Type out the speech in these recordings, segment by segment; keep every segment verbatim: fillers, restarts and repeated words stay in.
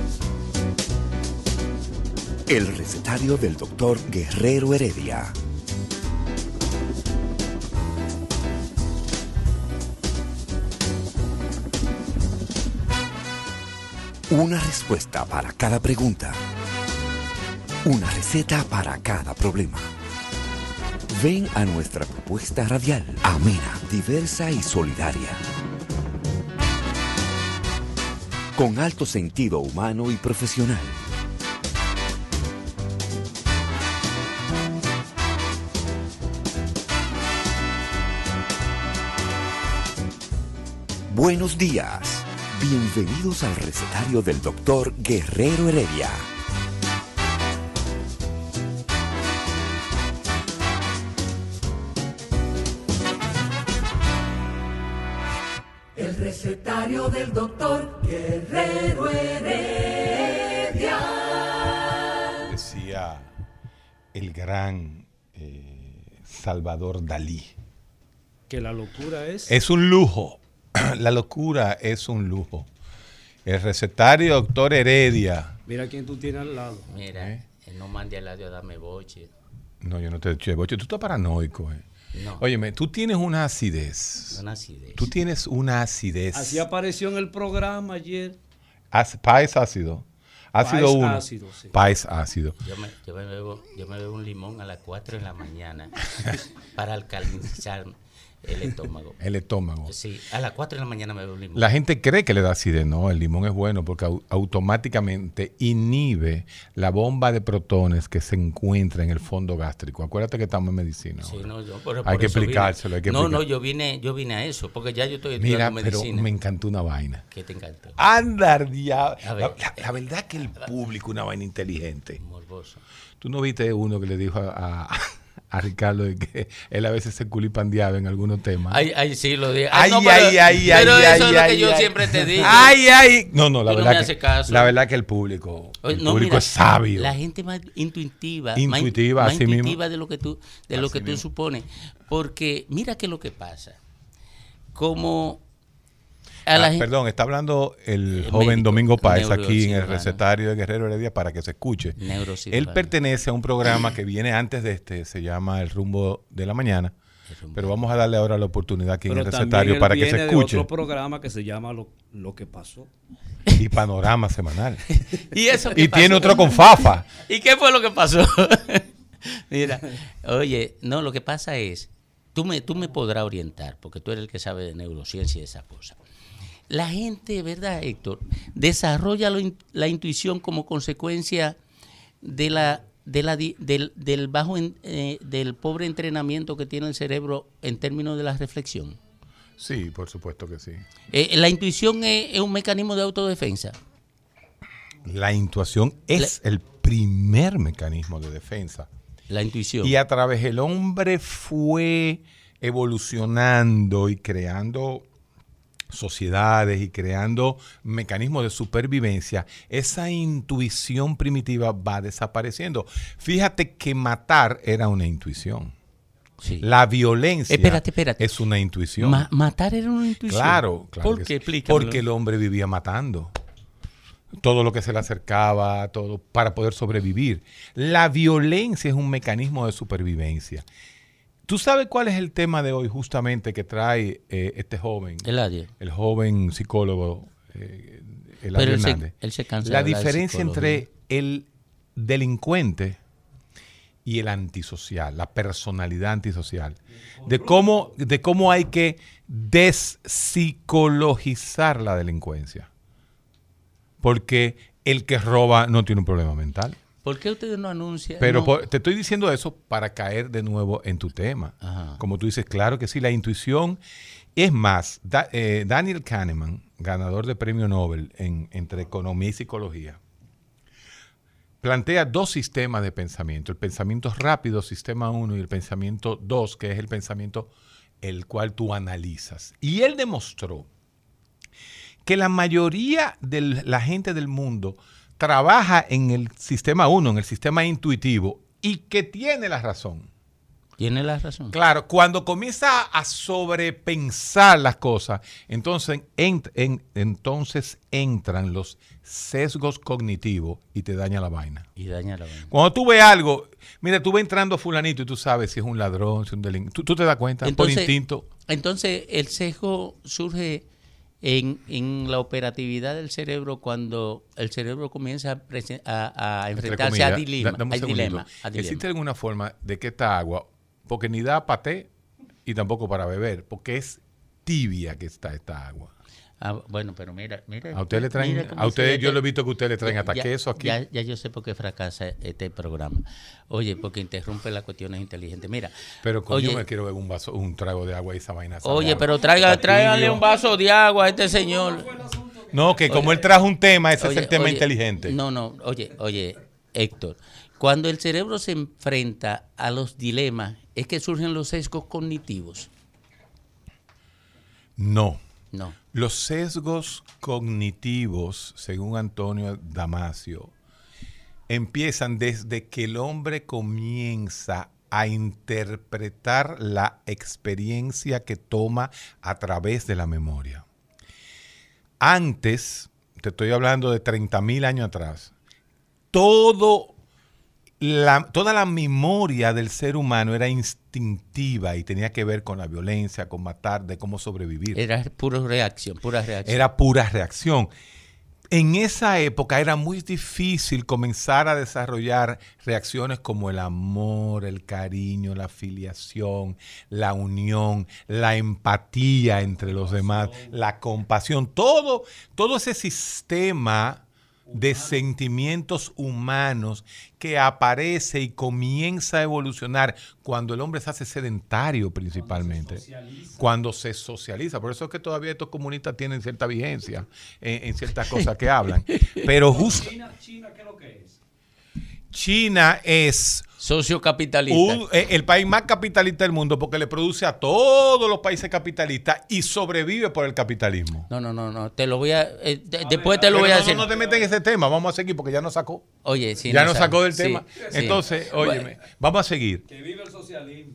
El recetario del doctor Guerrero Heredia. Una respuesta para cada pregunta. Una receta para cada problema. Ven a nuestra propuesta radial, amena, diversa y solidaria. Con alto sentido humano y profesional. Buenos días. Bienvenidos al recetario del doctor Guerrero Heredia. El recetario del doctor Guerrero Heredia. Decía el gran eh, Salvador Dalí. Que la locura es... Es un lujo. La locura es un lujo. El recetario doctor Heredia. Mira quién tú tienes al lado. Mira, ¿Eh? no mande al lado a darme boche. No, yo no te eché boche. Tú estás paranoico. Eh. No. Óyeme, tú tienes una acidez. Una acidez. Tú tienes una acidez. Así apareció en el programa ayer. As, País ácido. Ácido País uno. ácido, sí. País ácido. Yo me, yo, me bebo, yo me bebo un limón a las cuatro de la mañana para alcalinizar el estómago. El estómago. Sí, a las cuatro de la mañana me bebo un limón. La gente cree que le da acidez. No, el limón es bueno porque au- automáticamente inhibe la bomba de protones que se encuentra en el fondo gástrico. Acuérdate que estamos en medicina. Sí, ahora. no, yo, por, Hay por que eso explicárselo, vine. hay que No, explicar. no, yo vine, yo vine a eso, porque ya yo estoy Mira, estudiando pero medicina. me encantó una vaina. ¿Qué te encantó? Andar, diablo. A La, ver. la- la verdad que el público una vaina inteligente. Morboso. ¿Tú no viste uno que le dijo a, a, a Ricardo de que él a veces se culipandeaba en algunos temas? Ay, ay, sí, lo dije. Ay, no, ay, pero, ay, ay, pero ay, eso ay, es lo ay, que yo ay. siempre te digo. Ay, ay. No, no, la Tú no verdad me que haces caso. la verdad que el público, Oye, el no, público mira, es sabio. La gente más intuitiva, Intuitiva, más, así más mismo. intuitiva de lo que tú, de lo Así que tú mismo. supones, porque mira qué es lo que pasa. Como a la Ah, gente, perdón, está hablando el Eh, joven médico, Domingo Páez aquí en el neurocirujano. recetario de Guerrero Heredia para que se escuche. Él neurocirujano. pertenece a un programa que viene antes de este, se llama El Rumbo de la Mañana, El Rumbo. pero vamos a darle ahora la oportunidad aquí en Pero el también recetario él para que viene se de escuche. otro programa que se llama Lo, Lo que pasó. Y Panorama Semanal. ¿Y eso qué Y tiene pasó? otro con Fafa. ¿Y qué fue lo que pasó? Mira, oye, no, lo que pasa es, tú me, tú me podrás orientar, porque tú eres el que sabe de neurociencia y de esas cosas. La gente, ¿verdad, Héctor? Desarrolla lo in- la intuición como consecuencia de la, de la, di- del, del bajo, en- eh, del pobre entrenamiento que tiene el cerebro en términos de la reflexión. Sí, por supuesto que sí. Eh, la intuición es, es un mecanismo de autodefensa. La intuición es el primer mecanismo de defensa. La intuición. Y a través el hombre fue evolucionando y creando sociedades y creando mecanismos de supervivencia. Esa intuición primitiva va desapareciendo. Fíjate que matar era una intuición. Sí. La violencia Espérate, espérate. es una intuición. Ma- matar era una intuición. Claro, claro. ¿Por que qué? sí. Explícamelo. Porque el hombre vivía matando. Todo lo que se le acercaba, todo para poder sobrevivir. La violencia es un mecanismo de supervivencia. ¿Tú sabes cuál es el tema de hoy justamente que trae eh, este joven? Eladio. El joven psicólogo eh, Eladio Pero él se, Hernández. él se cansa La de hablar de diferencia psicología. entre el delincuente y el antisocial, la personalidad antisocial, de cómo, de cómo hay que despsicologizar la delincuencia. Porque el que roba no tiene un problema mental. ¿Por qué ustedes no anuncian? Pero no? por- te estoy diciendo eso para caer de nuevo en tu tema. Ajá. Como tú dices, claro que sí, la intuición. Es más, Da- eh, Daniel Kahneman, ganador de premio Nobel en, entre economía y psicología, plantea dos sistemas de pensamiento. El pensamiento rápido, sistema uno, y el pensamiento dos, que es el pensamiento el cual tú analizas. Y él demostró que la mayoría de la gente del mundo trabaja en el sistema uno, en el sistema intuitivo, y que tiene la razón. Tiene la razón. Claro, cuando comienza a sobrepensar las cosas, entonces, en, en, entonces entran los sesgos cognitivos y te daña la vaina. Y daña la vaina. Cuando tú ves algo, mira, tú ves entrando fulanito y tú sabes si es un ladrón, si es un delincuente. Tú, tú te das cuenta Entonces, por instinto. Entonces, el sesgo surge en, en la operatividad del cerebro cuando el cerebro comienza a, presen- a, a enfrentarse a dilema, Da- dame un al segundito. dilema, a dilema. ¿Existe alguna forma de que esta agua, porque ni da para té y tampoco para beber, porque es tibia que está esta agua? Ah, bueno, pero mira, mira. A usted le traen, mira cómo a ustedes se- yo lo he visto que ustedes le traen hasta ya, queso aquí. Ya, ya yo sé por qué fracasa este programa. Oye, porque interrumpe las cuestiones inteligentes. Mira. Pero coño, oye, me quiero beber un vaso, un trago de agua y esa vaina. Oye, sabe pero agua. traiga, Está tráigale tibio. un vaso de agua a este señor. No, que como Oye, él trajo un tema, ese Oye, es el tema oye, inteligente. No, no, oye, oye, Héctor, cuando el cerebro se enfrenta a los dilemas, es que surgen los sesgos cognitivos. No. No. Los sesgos cognitivos, según Antonio Damasio, empiezan desde que el hombre comienza a interpretar la experiencia que toma a través de la memoria. Antes, te estoy hablando de treinta mil años atrás, todo la, toda la memoria del ser humano era instintiva y tenía que ver con la violencia, con matar, de cómo sobrevivir. Era pura reacción, pura reacción. Era pura reacción. En esa época era muy difícil comenzar a desarrollar reacciones como el amor, el cariño, la filiación, la unión, la empatía entre los demás, la compasión, todo, todo ese sistema de sentimientos humanos que aparece y comienza a evolucionar cuando el hombre se hace sedentario principalmente, cuando se socializa. Cuando se socializa. Por eso es que todavía estos comunistas tienen cierta vigencia en, en ciertas cosas que hablan. Pero justo... China, China, ¿qué es lo que es? China es sociocapitalista. Un, eh, el país más capitalista del mundo porque le produce a todos los países capitalistas y sobrevive por el capitalismo. No, no, no, no. Te lo voy a. Eh, de, a después ver, te lo voy a no, decir. No, no te metes en ese tema. Vamos a seguir porque ya nos sacó. Oye, sí. Ya no nos sabe. sacó del sí, tema. sí. Entonces, óyeme, bueno. Vamos a seguir. Que vive el socialismo.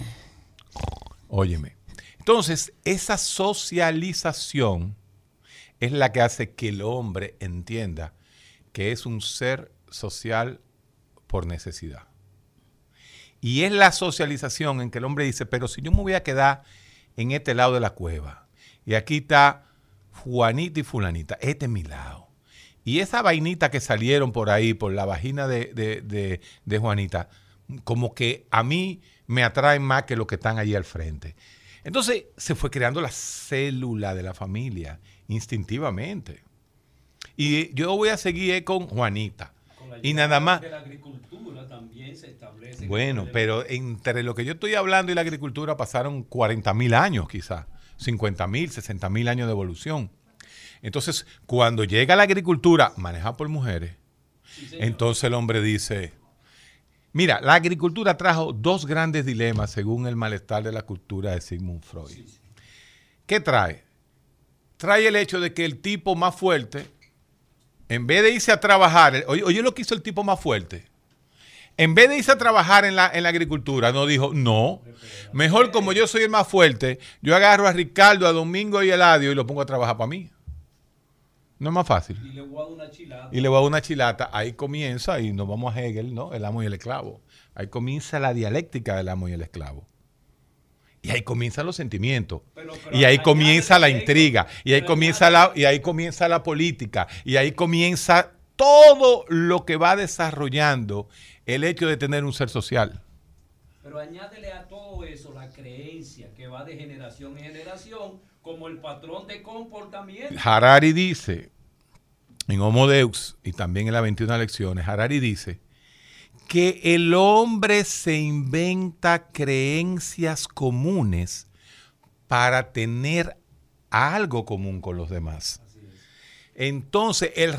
Óyeme. Entonces, esa socialización es la que hace que el hombre entienda que es un ser social por necesidad. Y es la socialización en que el hombre dice, pero si yo me voy a quedar en este lado de la cueva, y aquí está Juanita y fulanita, este es mi lado. Y esa vainita que salieron por ahí, por la vagina de, de, de, de Juanita, como que a mí me atraen más que los que están allí al frente. Entonces se fue creando la célula de la familia, instintivamente. Y yo voy a seguir con Juanita. Con la y nada más. De la agricultura también se establece. Bueno, pero entre lo que yo estoy hablando y la agricultura pasaron cuarenta mil años quizás, cincuenta mil, sesenta mil años de evolución. Entonces, cuando llega la agricultura manejada por mujeres, sí, entonces el hombre dice, mira, la agricultura trajo dos grandes dilemas según el malestar de la cultura de Sigmund Freud. Sí, sí. ¿Qué trae? Trae el hecho de que el tipo más fuerte, en vez de irse a trabajar, oye, oye lo que hizo el tipo más fuerte, en vez de irse a trabajar en la, en la agricultura, no dijo, no, mejor como yo soy el más fuerte, yo agarro a Ricardo, a Domingo y a Eladio y lo pongo a trabajar para mí. No es más fácil. Y le voy a dar una chilata. Y le voy a dar una chilata. Ahí comienza, y nos vamos a Hegel, ¿no? El amo y el esclavo. Ahí comienza la dialéctica del amo y el esclavo. Y ahí comienzan los sentimientos. Pero, pero y ahí comienza la intriga. Y ahí comienza la, y ahí comienza la política. Y ahí comienza todo lo que va desarrollando el hecho de tener un ser social. Pero añádele a todo eso la creencia que va de generación en generación como el patrón de comportamiento. Harari dice, en Homo Deus y también en las veintiuna lecciones, Harari dice que el hombre se inventa creencias comunes para tener algo común con los demás. Entonces, el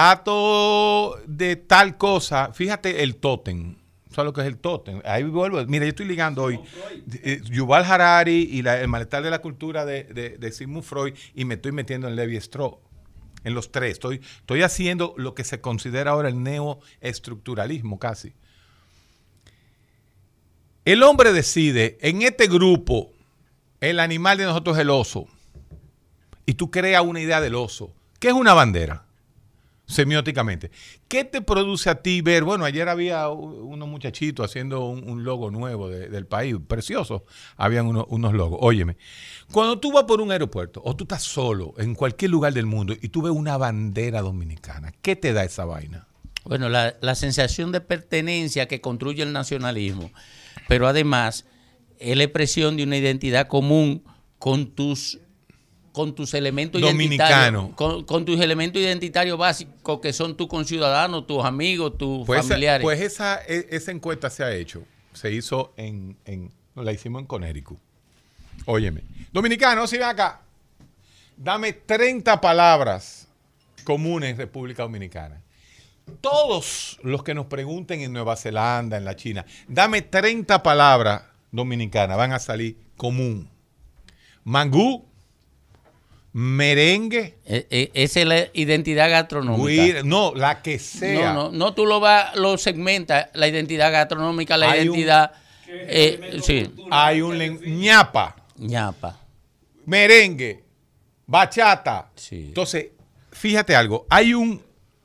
relato de tal cosa, fíjate el tótem. ¿Sabes lo que es el tótem? Ahí vuelvo. Mira, yo estoy ligando hoy eh, Yuval Harari y la, el malestar de la cultura de, de, de Sigmund Freud y me estoy metiendo en Levi Strauss. En los tres. Estoy, estoy haciendo lo que se considera ahora el neoestructuralismo casi. El hombre decide, en este grupo, el animal de nosotros es el oso. Y tú creas una idea del oso. ¿Qué es una bandera? Semióticamente. ¿Qué te produce a ti ver? Bueno, ayer había unos muchachitos haciendo un, un logo nuevo de, del país, precioso. Habían uno, unos logos. Óyeme, cuando tú vas por un aeropuerto o tú estás solo en cualquier lugar del mundo y tú ves una bandera dominicana, ¿qué te da esa vaina? Bueno, la, la sensación de pertenencia que construye el nacionalismo, pero además es la expresión de una identidad común con tus con tus elementos Dominicano. identitarios, con, con tus elementos identitarios básicos que son tus conciudadanos, tus amigos, tus pues familiares. Esa, pues esa, esa encuesta se ha hecho, se hizo en, en la hicimos en Connecticut. Óyeme, dominicano, si ven acá, dame treinta palabras comunes en República Dominicana. Todos los que nos pregunten en Nueva Zelanda, en la China, dame treinta palabras dominicanas, van a salir común. Mangú, merengue. Eh, eh, esa es la identidad gastronómica. Huir, no, la que sea. No, no, no tú lo vas, lo segmentas, la identidad gastronómica, la Hay identidad. Un, eh, sí. Hay un len, ñapa, ñapa, merengue, bachata. Sí. Entonces, fíjate algo, hay un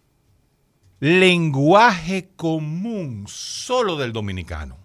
lenguaje común solo del dominicano.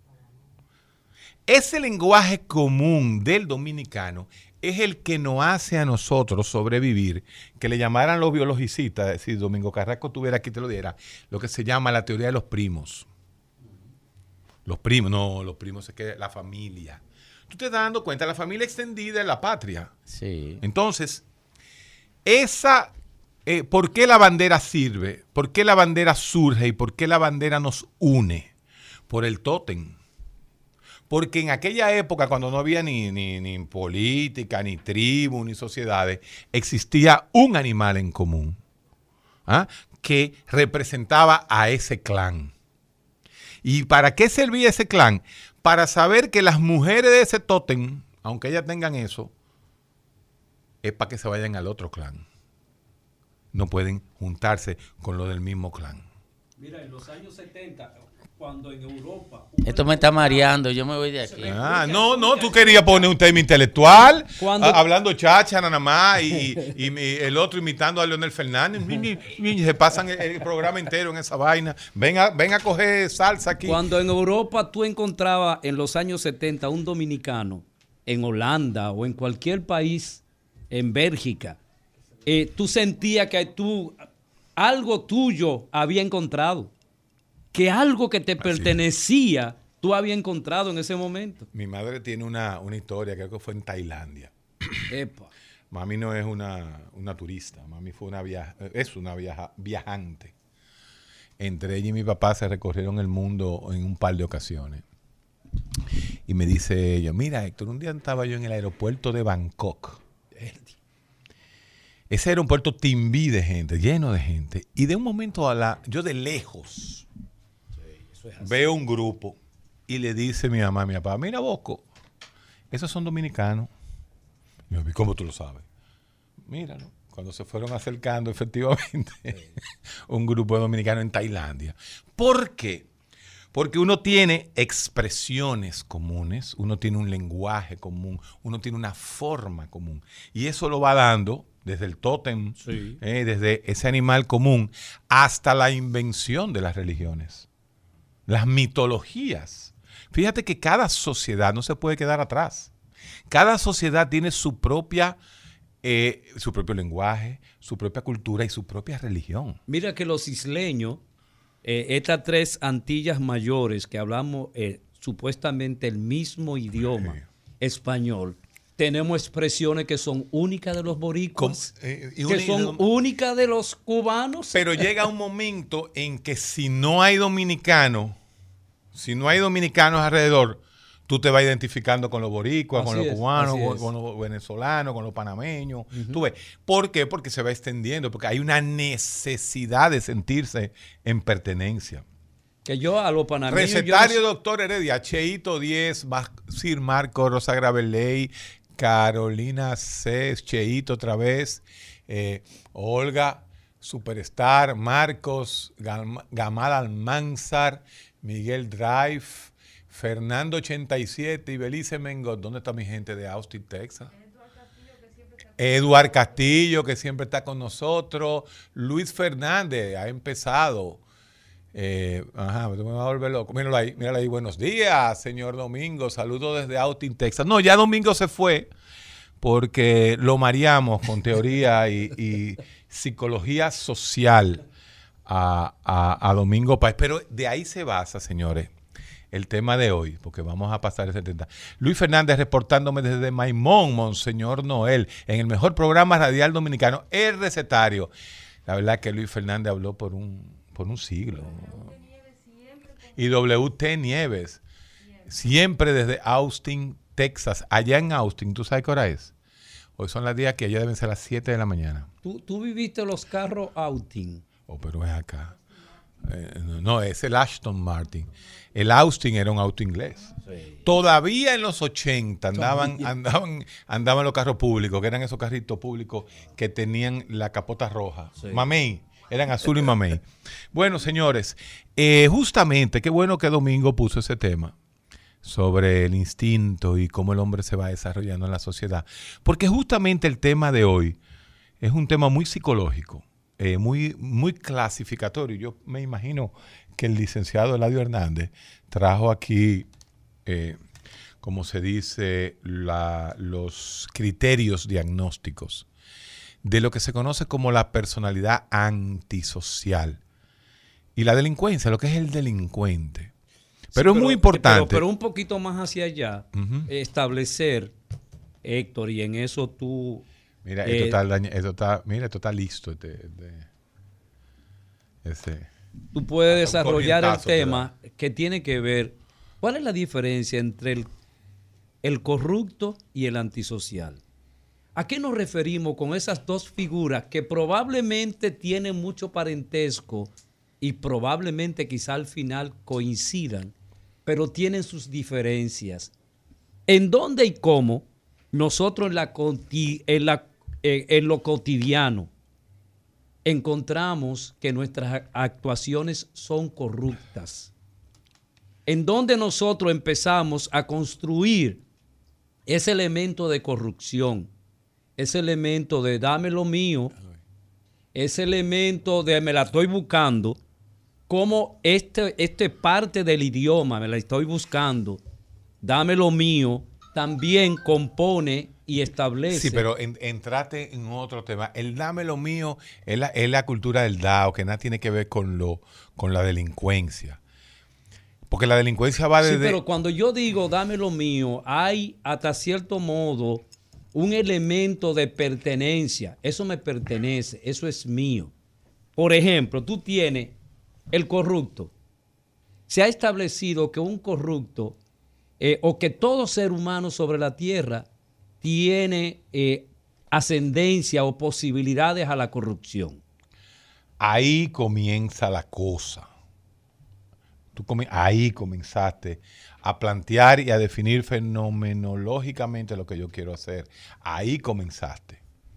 Ese lenguaje común del dominicano es el que nos hace a nosotros sobrevivir, que le llamaran los biologicistas, si Domingo Carrasco estuviera aquí te lo diera, lo que se llama la teoría de los primos. Los primos, no, los primos es que la familia. Tú te estás dando cuenta, la familia extendida es la patria. Sí. Entonces, esa, eh, ¿por qué la bandera sirve? ¿Por qué la bandera surge y por qué la bandera nos une? Por el tótem. Porque en aquella época, cuando no había ni, ni, ni política, ni tribu, ni sociedades, existía un animal en común, ¿ah?, que representaba a ese clan. ¿Y para qué servía ese clan? Para saber que las mujeres de ese tótem, aunque ellas tengan eso, es para que se vayan al otro clan. No pueden juntarse con los del mismo clan. Mira, en los años setenta, cuando en Europa... Esto me está mareando, yo me voy de aquí. Ah, no, no, tú querías poner un tema intelectual, Cuando- a- hablando cháchara nada más, y, y mi- el otro imitando a Leonel Fernández. Y se pasan el, el programa entero en esa vaina. Ven a, ven a coger salsa aquí. Cuando en Europa tú encontrabas en los años setenta un dominicano, en Holanda o en cualquier país, en Bélgica, eh, tú sentías que tú algo tuyo había encontrado, que algo que te Así pertenecía tú había encontrado en ese momento. Mi madre tiene una, una historia, creo que fue en Tailandia. Epa. Mami no es una, una turista, mami fue una via- es una viaja, viajante. Entre ella y mi papá se recorrieron el mundo en un par de ocasiones. Y me dice ella, mira Héctor, un día estaba yo en el aeropuerto de Bangkok. Ese aeropuerto timbí de gente, lleno de gente. Y de un momento a la, yo de lejos veo un grupo y le dice mi mamá a mi papá, mira Bosco, esos son dominicanos. Y yo, ¿cómo tú lo sabes? Míralo. Cuando se fueron acercando efectivamente un grupo de dominicanos en Tailandia. ¿Por qué? Porque uno tiene expresiones comunes, uno tiene un lenguaje común, uno tiene una forma común. Y eso lo va dando desde el tótem, Sí. eh, desde ese animal común, hasta la invención de las religiones. Las mitologías. Fíjate que cada sociedad no se puede quedar atrás. Cada sociedad tiene su propia, eh, su propio lenguaje, su propia cultura y su propia religión. Mira que los isleños, eh, estas tres Antillas mayores que hablamos eh, supuestamente el mismo idioma, Sí. español, tenemos expresiones que son únicas de los boricuas, Com- eh, y que una- son únicas de los cubanos. Pero llega un momento en que si no hay dominicanos, si no hay dominicanos alrededor, tú te vas identificando con los boricuas, Así con los es, cubanos, así con, es. con los venezolanos, con los panameños. Tú ves. ¿Por qué? Porque se va extendiendo, porque hay una necesidad de sentirse en pertenencia. Que yo a los panameños... yo Recetario no- doctor Heredia, Cheito diez, Sir Marco, Rosa Graveley, Carolina C, Cheito otra vez, eh, Olga, Superstar, Marcos, Gam- Gamal Almanzar, Miguel Drive, Fernando ochenta y siete y Belice Mengot. ¿Dónde está mi gente de Austin, Texas? Eduard Castillo, que siempre está con nosotros. Luis Fernández ha empezado. Eh, ajá, me va a volver loco. Míralo ahí, míralo ahí. Buenos días, señor Domingo. Saludos desde Austin, Texas. No, ya Domingo se fue porque lo mareamos con teoría y, y psicología social a, a, a Domingo Páez. Pero de ahí se basa, señores, el tema de hoy, porque vamos a pasar el setenta. Luis Fernández reportándome desde Maimón, Monseñor Noel, en el mejor programa radial dominicano, El Recetario. La verdad que Luis Fernández habló por un, por un siglo. Y W T Nieves, siempre desde Austin, Texas. Allá en Austin, ¿tú sabes qué hora es? Hoy son las diez que allá deben ser las siete de la mañana. ¿Tú, tú viviste los carros Austin? Oh, pero es acá. Eh, no, no, es el Aston Martin. El Austin era un auto inglés. Sí. Todavía en los ochenta andaban, andaban, andaban los carros públicos, que eran esos carritos públicos que tenían la capota roja. Sí. Mamey, eran azul y mamey. Bueno, señores, eh, justamente, qué bueno que Domingo puso ese tema sobre el instinto y cómo el hombre se va desarrollando en la sociedad. Porque justamente el tema de hoy es un tema muy psicológico. Eh, muy, muy clasificatorio. Yo me imagino que el licenciado Eladio Hernández trajo aquí, eh, como se dice, la, los criterios diagnósticos de lo que se conoce como la personalidad antisocial y la delincuencia, lo que es el delincuente. Pero sí, es muy importante. Pero, pero un poquito más hacia allá, uh-huh. establecer, Héctor, y en eso tú... Mira, eh, esto, está, esto, está, mira, esto está listo. Este, este, ese. Tú puedes desarrollar el tema que tiene que ver, ¿cuál es la diferencia entre el, el corrupto y el antisocial? ¿A qué nos referimos con esas dos figuras que probablemente tienen mucho parentesco y probablemente quizá al final coincidan, pero tienen sus diferencias? ¿En dónde y cómo nosotros en la, en la en lo cotidiano encontramos que nuestras actuaciones son corruptas? En donde nosotros empezamos a construir ese elemento de corrupción, ese elemento de dame lo mío, ese elemento de me la estoy buscando, como este, este parte del idioma, me la estoy buscando, dame lo mío, también compone y establece. Sí, pero en, entrate en otro tema. El dame lo mío es la, es la cultura del dao, que nada tiene que ver con, lo, con la delincuencia. Porque la delincuencia va desde... Sí, pero cuando yo digo dame lo mío, hay hasta cierto modo un elemento de pertenencia. Eso me pertenece, eso es mío. Por ejemplo, tú tienes el corrupto. Se ha establecido que un corrupto eh, o que todo ser humano sobre la tierra tiene eh, ascendencia o posibilidades a la corrupción. Ahí comienza la cosa. Tú com- ahí comenzaste a plantear y a definir fenomenológicamente lo que yo quiero hacer. Ahí comenzaste.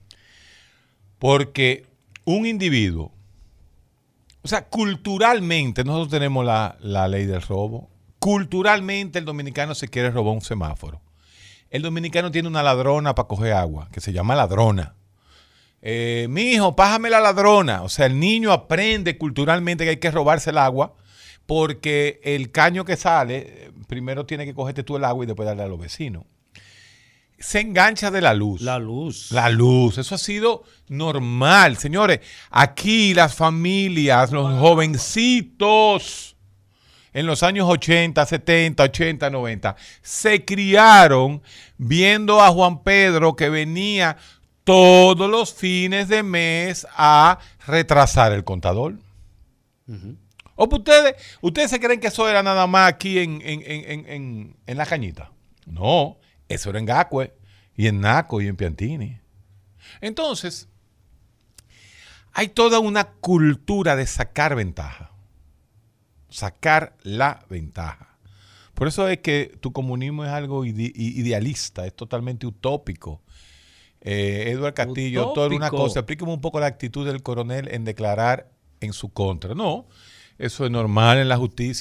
Porque un individuo, o sea, culturalmente nosotros tenemos la, la ley del robo. Culturalmente el dominicano se quiere robar un semáforo. El dominicano tiene una ladrona para coger agua, que se llama ladrona. Eh, mi hijo, pájame la ladrona. O sea, el niño aprende culturalmente que hay que robarse el agua porque el caño que sale, primero tiene que cogerte tú el agua y después darle a los vecinos. Se engancha de la luz. La luz. La luz. Eso ha sido normal. Señores, aquí las familias, los jovencitos, en los años ochenta, setenta, ochenta, noventa, se criaron viendo a Juan Pedro que venía todos los fines de mes a retrasar el contador. Uh-huh. ¿O ustedes, ustedes se creen que eso era nada más aquí en, en, en, en, en La Cañita? No, eso era en Gacue, y en Naco, y en Piantini. Entonces, hay toda una cultura de sacar ventaja. Sacar la ventaja. Por eso es que tu comunismo es algo ide- idealista, es totalmente utópico. Eh, Eduard Castillo, utópico. Toda una cosa. Explíqueme un poco la actitud del coronel en declarar en su contra. No, eso es normal en la justicia.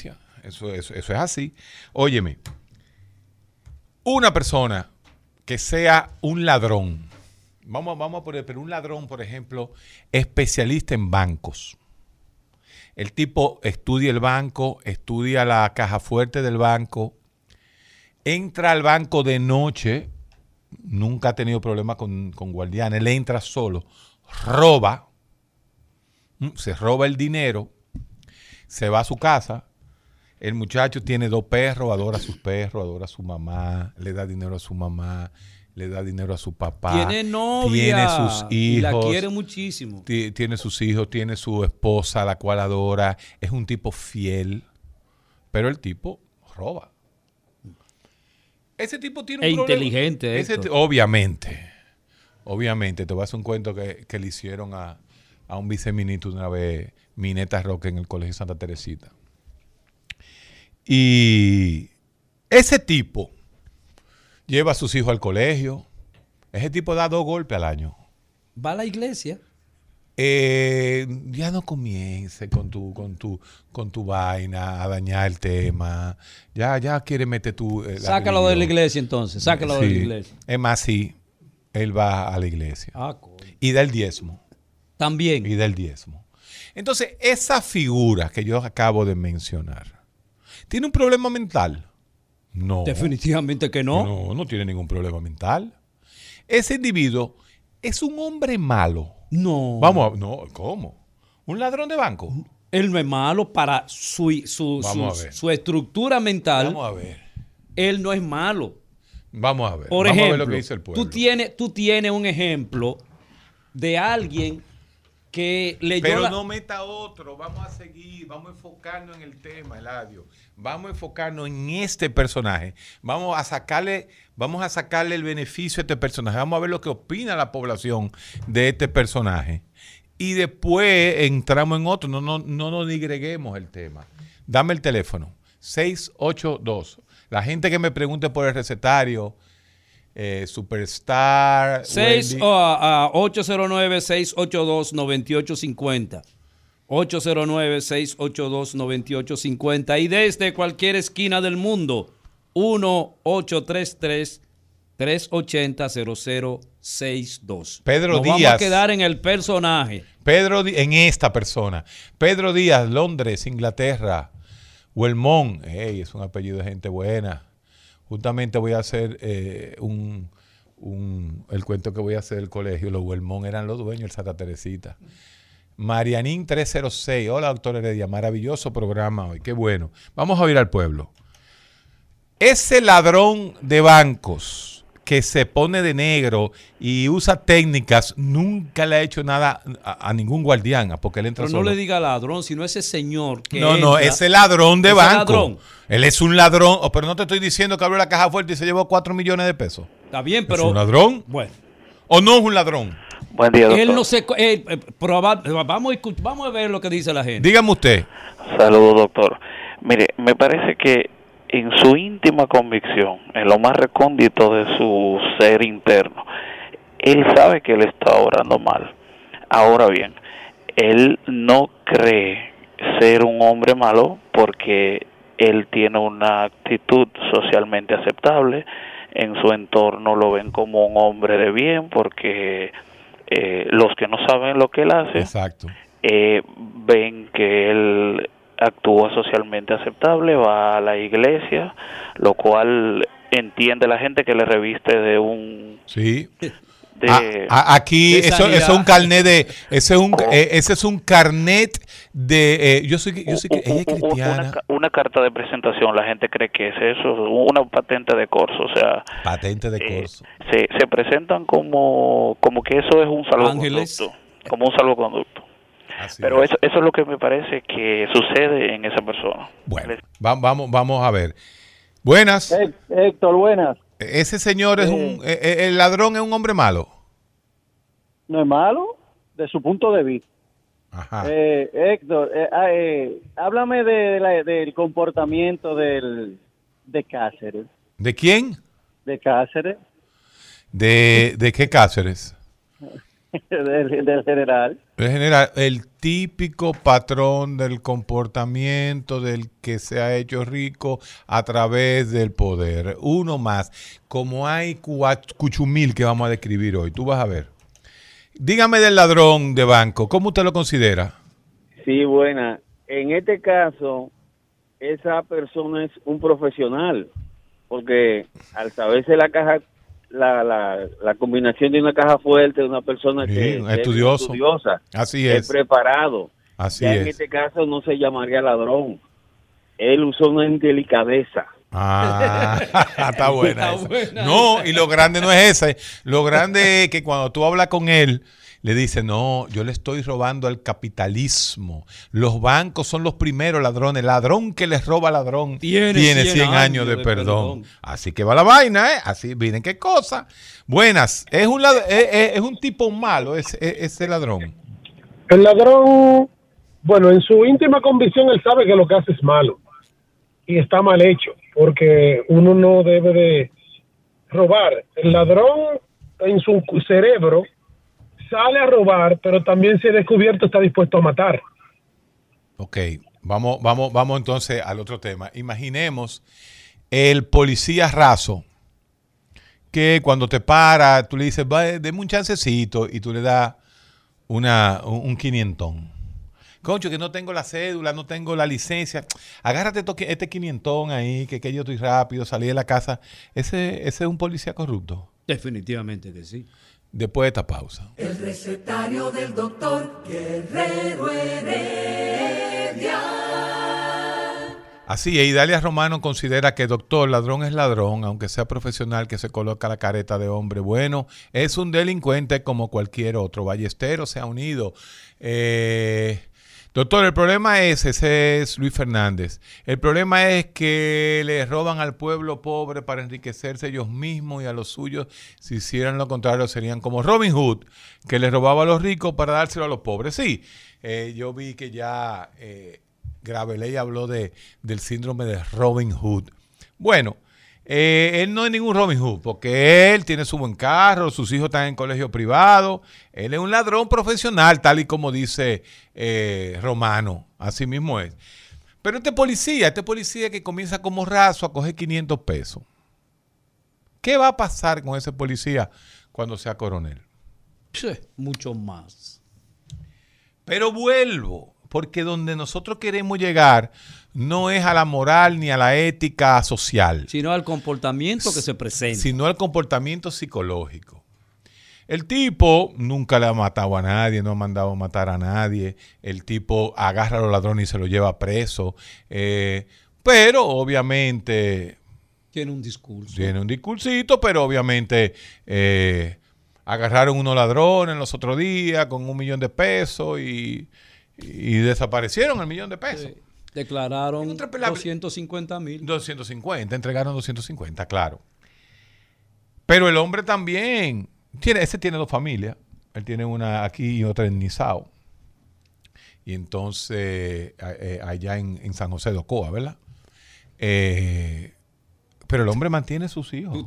Eso, eso, eso es así. Óyeme, una persona que sea un ladrón, vamos, vamos a poner, pero un ladrón, por ejemplo, especialista en bancos. El tipo estudia el banco, estudia la caja fuerte del banco, entra al banco de noche, nunca ha tenido problemas con, con guardianes, él entra solo, roba, se roba el dinero, se va a su casa. El muchacho tiene dos perros, adora a sus perros, adora a su mamá, le da dinero a su mamá, le da dinero a su papá. Tiene novia. Tiene sus hijos. Y la quiere muchísimo. Tiene sus hijos, tiene su esposa, la cual adora. Es un tipo fiel, pero el tipo roba. Ese tipo tiene un e problema. Inteligente, Ese obviamente. Obviamente. Te voy a hacer un cuento que, que le hicieron a, a un viceministro una vez, Mineta Roque, en el Colegio Santa Teresita. Y ese tipo lleva a sus hijos al colegio. Ese tipo da dos golpes al año. Va a la iglesia. Eh, ya no comience con tu, con tu, con tu vaina a dañar el tema. Ya, ya quiere meter tu. Eh, Sácalo religión. de la iglesia entonces. Sácalo sí. de la iglesia. Es más, sí, él va a la iglesia. Ah, coño. Y da el diezmo. También. Y da el diezmo. Entonces, esa figura que yo acabo de mencionar, ¿tiene un problema mental? No. Definitivamente que no. No, no tiene ningún problema mental. Ese individuo es un hombre malo. No. Vamos a, no, ¿cómo? ¿Un ladrón de banco? Él no es malo para su, su, su, su estructura mental. Vamos a ver. Él no es malo. Vamos a ver. Por Vamos ejemplo, a ver lo que dice el pueblo. Tú tienes, tú tienes un ejemplo de alguien que leyó Pero la... no meta otro, vamos a seguir, vamos a enfocarnos en el tema, Eladio. Vamos a enfocarnos en este personaje. Vamos a sacarle, vamos a sacarle el beneficio a este personaje. Vamos a ver lo que opina la población de este personaje. Y después entramos en otro. No, no, no nos digreguemos el tema. Dame el teléfono. seis ocho dos. La gente que me pregunte por el recetario, Eh, Superstar seis, oh, uh, ocho cero nueve, seis ocho dos, nueve ocho cinco cero ocho cero nueve, seis ocho dos, nueve ocho cinco cero y desde cualquier esquina del mundo uno ocho tres tres, tres ocho cero, cero cero seis dos. Pedro Nos Díaz. Vamos a quedar en el personaje. Pedro en esta persona. Pedro Díaz, Londres, Inglaterra. Huelmón, hey, es un apellido de gente buena. Justamente voy a hacer eh, un, un, el cuento que voy a hacer del colegio. Los Huelmón eran los dueños del Santa Teresita. Marianín tres cero seis. Hola, doctor Heredia. Maravilloso programa hoy. Qué bueno. Vamos a oír al pueblo. Ese ladrón de bancos que se pone de negro y usa técnicas, nunca le ha hecho nada a, a ningún guardián, porque él entra Pero no solo. le diga ladrón, sino ese señor que No, entra, no, ese ladrón de ese banco. ladrón. Él es un ladrón, oh, pero no te estoy diciendo que abrió la caja fuerte y se llevó cuatro millones de pesos. Está bien, pero... ¿Es un ladrón? Bueno. ¿O no es un ladrón? Buen día, doctor. Él no se... Eh, eh, proba, vamos, a escuch, vamos a ver lo que dice la gente. Dígame usted. Saludos, doctor. Mire, me parece que en su íntima convicción, en lo más recóndito de su ser interno, él sabe que él está obrando mal. Ahora bien, él no cree ser un hombre malo porque él tiene una actitud socialmente aceptable. En su entorno lo ven como un hombre de bien porque eh, los que no saben lo que él hace, exacto, eh, ven que él actúa socialmente aceptable, va a la iglesia, lo cual entiende la gente que le reviste de un... Sí. De, a, a, aquí de eso, eso es un carnet de ese es un oh. eh, ese es un carnet de eh, yo soy yo soy ella es cristiana. Una, una carta de presentación, la gente cree que es eso, una patente de corso, o sea, patente de eh, corso. Se, se presentan como como que eso es un salvoconducto, como un salvoconducto. Así Pero es. eso eso es lo que me parece que sucede en esa persona. Bueno, va, vamos vamos a ver. Buenas. Héctor, buenas. Ese señor es un... Eh, ¿El ladrón es un hombre malo? No es malo, de su punto de vista. Ajá. Eh, Héctor, eh, eh, háblame de la, del comportamiento del, de Cáceres. ¿De quién? De Cáceres. ¿De, de qué Cáceres? del, del general. En general, el típico patrón del comportamiento del que se ha hecho rico a través del poder. Uno más, como hay cuchumil que vamos a describir hoy, tú vas a ver. Dígame del ladrón de banco, ¿cómo usted lo considera? Sí, buena. En este caso, esa persona es un profesional, porque al saberse la caja, la, la, la combinación de una caja fuerte de una persona Sí, que, que estudioso. es estudiosa, Así es es. preparado. Así ya es. en este caso no se llamaría ladrón. Él usó una indelicadeza. Ah, está buena. Está esa. buena No, esa. y lo grande no es ese. Lo grande es que cuando tú hablas con él, le dice, no, yo le estoy robando al capitalismo. Los bancos son los primeros ladrones. Ladrón que les roba ladrón Tiene tiene cien cien años de, perdón. Así que va la vaina, ¿eh? Así, miren qué cosa. Buenas. Es un, lad- es, es- es un tipo malo ese, ese ladrón. El ladrón, bueno, en su íntima convicción él sabe que lo que hace es malo y está mal hecho, porque uno no debe de robar. El ladrón en su cerebro sale a robar, pero también se ha descubierto está dispuesto a matar. Ok, vamos, vamos, vamos entonces al otro tema. Imaginemos el policía raso que cuando te para, tú le dices, va, deme un chancecito y tú le das una, un, un quinientón. Concho, que no tengo la cédula, no tengo la licencia. Agárrate toque- este quinientón ahí, que, que yo estoy rápido, salí de la casa. Ese, ese es un policía corrupto. Definitivamente que sí. Después de esta pausa. El recetario del doctor Guerrero Heredia. Así es, Idalia Romano considera que doctor, ladrón es ladrón, aunque sea profesional que se coloca la careta de hombre bueno, es un delincuente como cualquier otro. Ballesteros se ha unido. Eh, doctor, el problema es, ese es Luis Fernández, el problema es que le roban al pueblo pobre para enriquecerse ellos mismos y a los suyos. Si hicieran lo contrario serían como Robin Hood, que le robaba a los ricos para dárselo a los pobres. Sí, eh, yo vi que ya... Eh, Graveley habló de, del síndrome de Robin Hood. Bueno, eh, él no es ningún Robin Hood, porque él tiene su buen carro, sus hijos están en colegio privado, él es un ladrón profesional, tal y como dice eh, Romano, así mismo es. Pero este policía, este policía que comienza como raso a coger quinientos pesos, ¿qué va a pasar con ese policía cuando sea coronel? Sí, mucho más. Pero vuelvo. Porque donde nosotros queremos llegar no es a la moral ni a la ética social, Sino al comportamiento que se presenta. sino al comportamiento psicológico. El tipo nunca le ha matado a nadie, no ha mandado a matar a nadie. El tipo agarra a los ladrones y se los lleva preso. Eh, pero obviamente Tiene un discurso. tiene un discursito, pero obviamente eh, agarraron unos ladrones los otros días con un millón de pesos y... Y desaparecieron el millón de pesos. Sí. Declararon En otra pelea- doscientos cincuenta mil. doscientos cincuenta, entregaron doscientos cincuenta, claro. Pero el hombre también, tiene, ese tiene dos familias. Él tiene una aquí y otra en Nizao. Y entonces, eh, allá en, en San José de Ocoa, ¿verdad? Eh, pero el hombre mantiene sus hijos.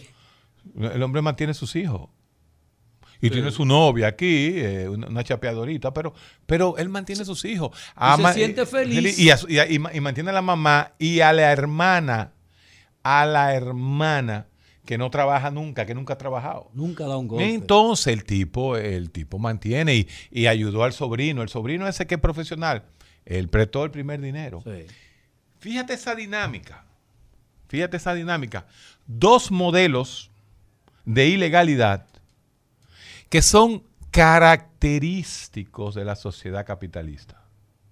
El hombre mantiene sus hijos. Y sí. Tiene su novia aquí, eh, una, una chapeadorita, pero, pero él mantiene sus hijos. Ama, y se siente feliz. Y, y, y, y mantiene a la mamá y a la hermana, a la hermana que no trabaja nunca, que nunca ha trabajado. Nunca da un golpe. Entonces el tipo, el tipo mantiene y, y ayudó al sobrino. El sobrino ese que es profesional, él prestó el primer dinero. Sí. Fíjate esa dinámica. Fíjate esa dinámica. Dos modelos de ilegalidad que son característicos de la sociedad capitalista.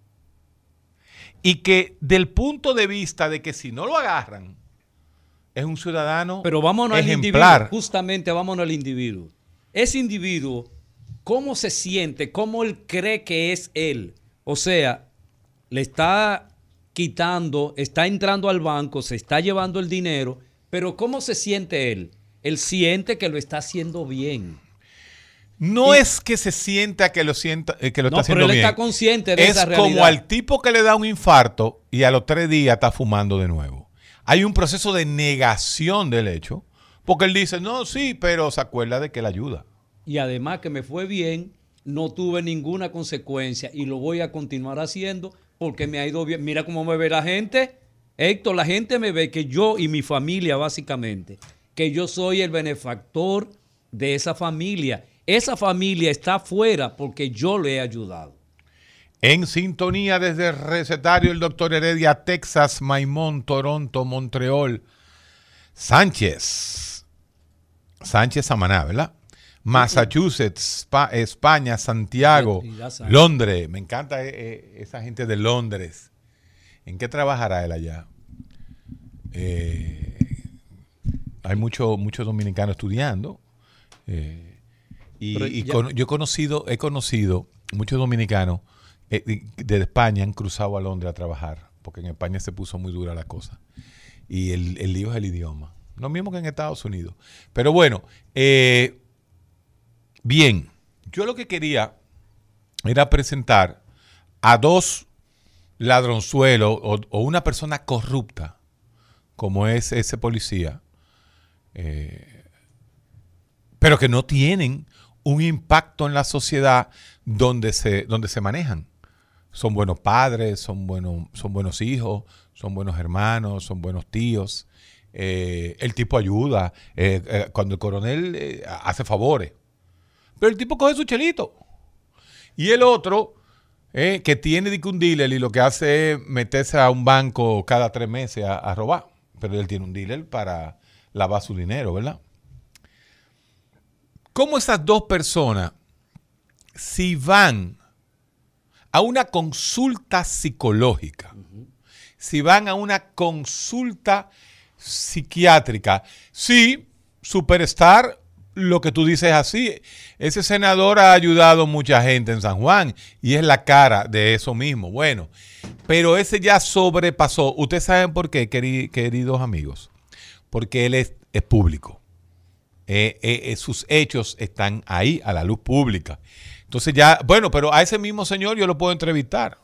Y que del punto de vista de que si no lo agarran, es un ciudadano Pero vámonos ejemplar. Al individuo, justamente vámonos al individuo. Ese individuo, ¿cómo se siente? ¿Cómo él cree que es él? O sea, le está quitando, está entrando al banco, se está llevando el dinero, pero ¿cómo se siente él? Él siente que lo está haciendo bien. No y, es que se sienta que lo sienta eh, que lo no, está haciendo bien. No, pero él está consciente de es esa realidad. Es como al tipo que le da un infarto y a los tres días está fumando de nuevo. Hay un proceso de negación del hecho, porque él dice, no, sí, pero se acuerda de que él ayuda. y además que me fue bien, no tuve ninguna consecuencia y lo voy a continuar haciendo porque me ha ido bien. Mira cómo me ve la gente. Héctor, la gente me ve que yo y mi familia básicamente, que yo soy el benefactor de esa familia. Esa familia está fuera porque yo le he ayudado. En sintonía desde el recetario el doctor Heredia, Texas, Maimón, Toronto, Montreal, Sánchez, Sánchez Samaná, ¿verdad? Massachusetts, Spa- España, Santiago, Londres. Me encanta eh, eh, esa gente de Londres. ¿En qué trabajará él allá? Eh, hay muchos muchos dominicanos estudiando. Eh, y y con, yo he conocido, he conocido muchos dominicanos eh, de España han cruzado a Londres a trabajar, porque en España se puso muy dura la cosa. Y el, el lío es el idioma. Lo mismo que en Estados Unidos. Pero bueno, eh, bien, yo lo que quería era presentar a dos ladronzuelos o, o una persona corrupta, como es ese policía, eh, pero que no tienen un impacto en la sociedad donde se, donde se manejan. Son buenos padres, son buenos, son buenos hijos, son buenos hermanos, son buenos tíos. Eh, el tipo ayuda. Eh, eh, cuando el coronel eh, hace favores. Pero el tipo coge su chelito. Y el otro, eh, que tiene de que un dealer y lo que hace es meterse a un banco cada tres meses a, a robar. Pero él tiene un dealer para lavar su dinero, ¿verdad? ¿Cómo esas dos personas, si van a una consulta psicológica, uh-huh. si van a una consulta psiquiátrica, sí, Superstar, lo que tú dices es así, ese senador ha ayudado a mucha gente en San Juan y es la cara de eso mismo. Bueno, pero ese ya sobrepasó. Ustedes saben por qué, queri- queridos amigos, porque él es, es público. Eh, eh, eh, sus hechos están ahí a la luz pública. Entonces ya, bueno, pero a ese mismo señor yo lo puedo entrevistar.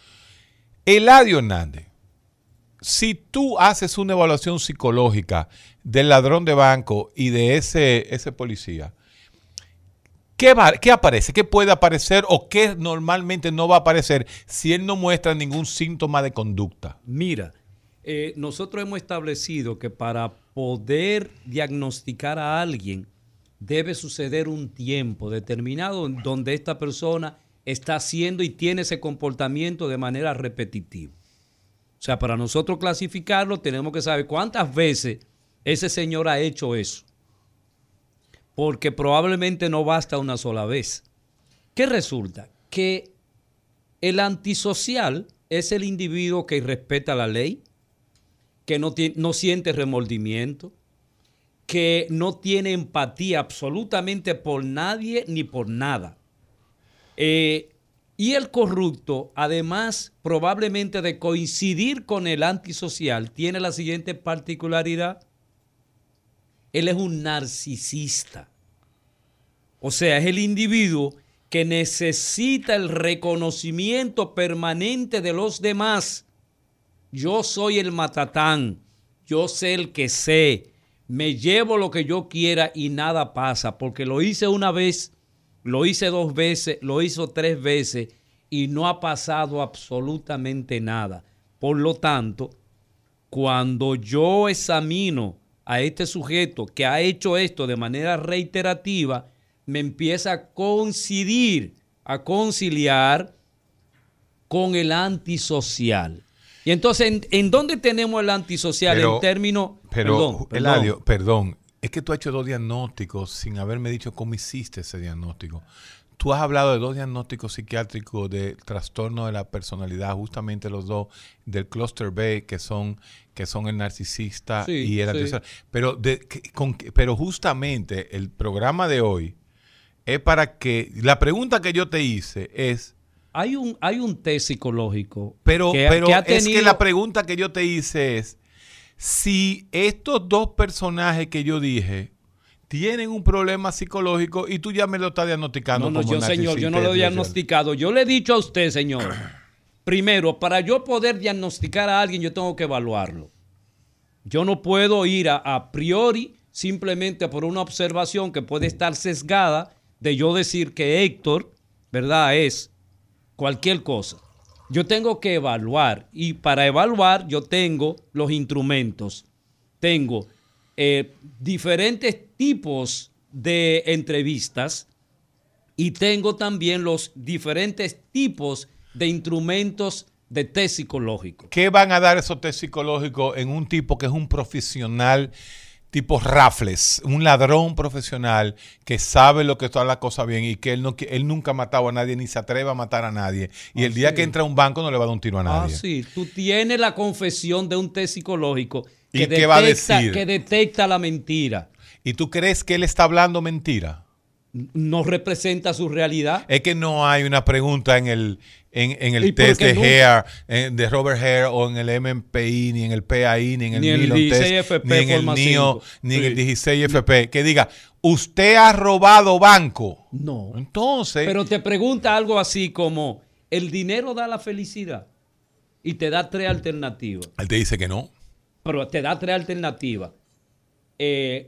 Eladio Hernández, si tú haces una evaluación psicológica del ladrón de banco y de ese, ese policía, ¿qué, va, ¿qué aparece? ¿Qué puede aparecer o qué normalmente no va a aparecer si él no muestra ningún síntoma de conducta? Mira, eh, nosotros hemos establecido que para poder diagnosticar a alguien debe suceder un tiempo determinado donde esta persona está haciendo y tiene ese comportamiento de manera repetitiva. O sea, para nosotros clasificarlo tenemos que saber cuántas veces ese señor ha hecho eso. Porque probablemente no basta una sola vez. ¿Qué resulta? Que el antisocial es el individuo que respeta la ley, que no, tiene, no siente remordimiento, que no tiene empatía absolutamente por nadie ni por nada. Eh, y el corrupto, además probablemente de coincidir con el antisocial, tiene la siguiente particularidad. Él es un narcisista. O sea, es el individuo que necesita el reconocimiento permanente de los demás. Yo soy el matatán, yo sé el que sé, me llevo lo que yo quiera y nada pasa, porque lo hice una vez, lo hice dos veces, lo hizo tres veces y no ha pasado absolutamente nada. Por lo tanto, cuando yo examino a este sujeto que ha hecho esto de manera reiterativa, me empieza a coincidir, a conciliar con el antisocial. Y entonces, ¿en, ¿en dónde tenemos el antisocial pero, en términos... Pero, perdón, Eladio, perdón, es que tú has hecho dos diagnósticos sin haberme dicho cómo hiciste ese diagnóstico. Tú has hablado de dos diagnósticos psiquiátricos de trastorno de la personalidad, justamente los dos del Cluster B, que son, que son el narcisista sí, y el antisocial. Sí. Pero, de, que, con, pero justamente el programa de hoy es para que... La pregunta que yo te hice es... Hay un, hay un test psicológico. Pero, que, pero que ha tenido... es que la pregunta que yo te hice es, si estos dos personajes que yo dije tienen un problema psicológico y tú ya me lo estás diagnosticando. No, no, como yo señor, yo no lo he diagnosticado. Yo le he dicho a usted, señor, primero, para yo poder diagnosticar a alguien, yo tengo que evaluarlo. Yo no puedo ir a, a priori simplemente por una observación que puede estar sesgada de yo decir que Héctor, ¿verdad?, es cualquier cosa. Yo tengo que evaluar, y para evaluar yo tengo los instrumentos. Tengo eh, diferentes tipos de entrevistas y tengo también los diferentes tipos de instrumentos de test psicológico. ¿Qué van a dar esos test psicológicos en un tipo que es un profesional tipo Raffles, un ladrón profesional que sabe lo que está la cosa bien y que él no él nunca ha matado a nadie ni se atreve a matar a nadie? Y ah, el día sí. que entra a un banco no le va a dar un tiro a nadie. Ah, sí. Tú tienes la confesión de un test psicológico que, ¿Y detecta, qué va a decir? que detecta la mentira. ¿Y tú crees que él está hablando mentira? No representa su realidad. Es que no hay una pregunta en el en, en el test de Hare, en, de Robert Hare, o en el M M P I, ni en el P A I, ni en el, ni el Milon dieciséis test, F P, ni en el forma N I O, cinco. ni Sí. en el dieciséis F P, que diga, ¿usted ha robado banco? No. Entonces... Pero te pregunta algo así como, ¿el dinero da la felicidad? Y te da tres alternativas. Él te dice que no. Pero te da tres alternativas. Eh,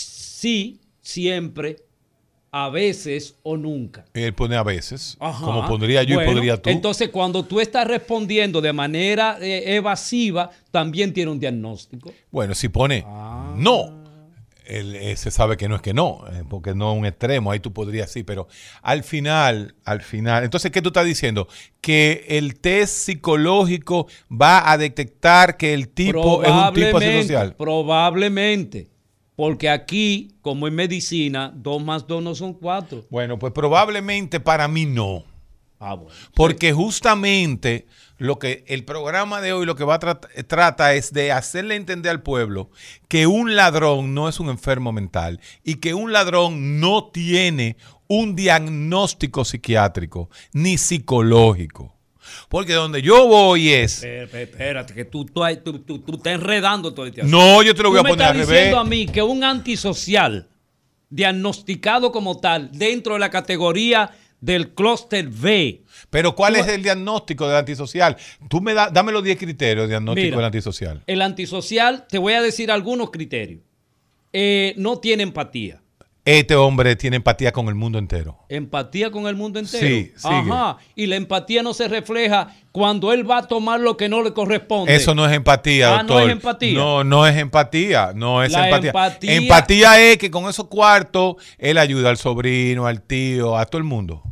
sí, siempre, a veces o nunca. Él pone a veces, Ajá. como pondría yo Bueno, y podría tú. Entonces, cuando tú estás respondiendo de manera eh, evasiva, también tiene un diagnóstico. Bueno, si pone Ah. no, él, él se sabe que no es que no, eh, porque no es un extremo, ahí tú podrías sí, pero al final, al final, entonces, ¿qué tú estás diciendo? Que el test psicológico va a detectar que el tipo es un tipo asocial. Probablemente. Porque aquí, como en medicina, dos más dos no son cuatro. Bueno, pues probablemente para mí no. Ah, bueno. Porque sí. justamente lo que el programa de hoy lo que va a tra trata es de hacerle entender al pueblo que un ladrón no es un enfermo mental y que un ladrón no tiene un diagnóstico psiquiátrico ni psicológico. Porque donde yo voy es... Espérate, que tú, tú, tú, tú, tú estás enredando todo este asunto. No, yo te lo voy a poner al revés. Tú me estás diciendo a mí que un antisocial diagnosticado como tal dentro de la categoría del clúster B. Pero ¿cuál tú, es el diagnóstico del antisocial? Tú me da, dame los diez criterios de diagnóstico mira, del antisocial. El antisocial, te voy a decir algunos criterios. Eh, no tiene empatía. Este hombre tiene empatía con el mundo entero. ¿Empatía con el mundo entero? Sí, sigue. Ajá. Y la empatía no se refleja cuando él va a tomar lo que no le corresponde. Eso no es empatía, ah, doctor. no es empatía. No, no es empatía. No es la empatía. empatía. Empatía es que con esos cuartos él ayuda al sobrino, al tío, a todo el mundo.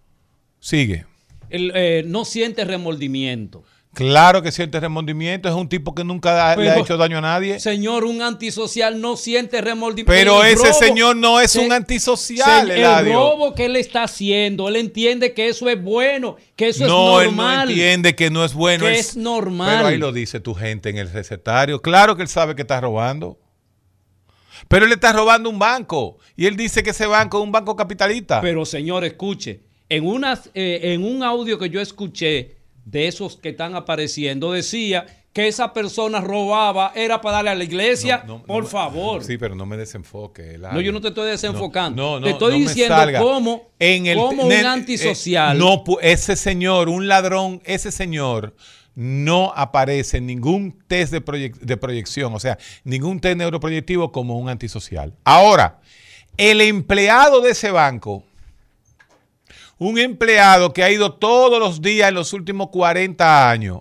Sigue. Él eh, no siente remordimiento. Claro que siente remordimiento, es un tipo que nunca da, pero, le ha hecho daño a nadie. Señor, un antisocial no siente remordimiento. Pero el ese robo, señor no es se, un antisocial, se, Eladio. El robo que él está haciendo, él entiende que eso es bueno, que eso no, es normal. No, él no entiende que no es bueno. Que él, es normal. Pero ahí lo dice tu gente en el recetario. Claro que él sabe que está robando. Pero él está robando un banco. Y él dice que ese banco es un banco capitalista. Pero señor, escuche. En, unas, eh, en un audio que yo escuché de esos que están apareciendo, decía que esa persona robaba, era para darle a la iglesia. No, no, por no, favor. Sí, pero no me desenfoque. No, yo no te estoy desenfocando. No, no, te estoy no diciendo cómo, en el, cómo ne, un antisocial. Eh, no, ese señor, un ladrón, ese señor no aparece en ningún test de, proyec de proyección, o sea, ningún test neuroproyectivo como un antisocial. Ahora, el empleado de ese banco, un empleado que ha ido todos los días en los últimos cuarenta años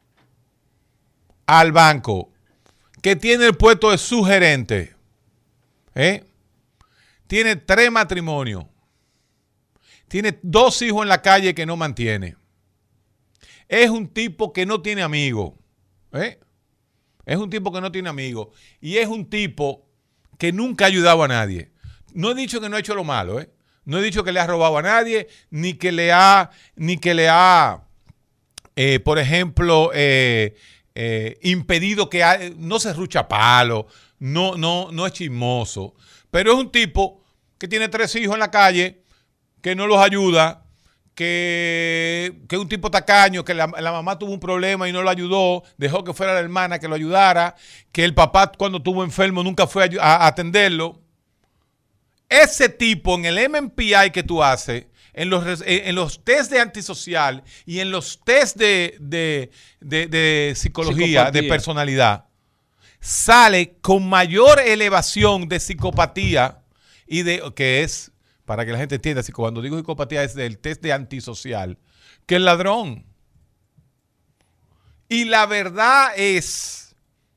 al banco, que tiene el puesto de su gerente, ¿eh? Tiene tres matrimonios, tiene dos hijos en la calle que no mantiene, es un tipo que no tiene amigos, ¿eh? Es un tipo que no tiene amigos y es un tipo que nunca ha ayudado a nadie. No he dicho que no ha hecho lo malo, ¿eh? No he dicho que le ha robado a nadie, ni que le ha, ni que le ha, eh, por ejemplo, eh, eh, impedido que ha, no se rucha palo, no, no, no es chismoso. Pero es un tipo que tiene tres hijos en la calle, que no los ayuda, que, que es un tipo tacaño, que la, la mamá tuvo un problema y no lo ayudó, dejó que fuera la hermana que lo ayudara, que el papá cuando estuvo enfermo nunca fue a, a atenderlo. Ese tipo en el M M P I que tú haces, en los, en los test de antisocial y en los test de, de, de, de psicología, psicopatía, de personalidad, sale con mayor elevación de psicopatía y de que es para que la gente entienda, si cuando digo psicopatía es del test de antisocial, que el ladrón. Y la verdad es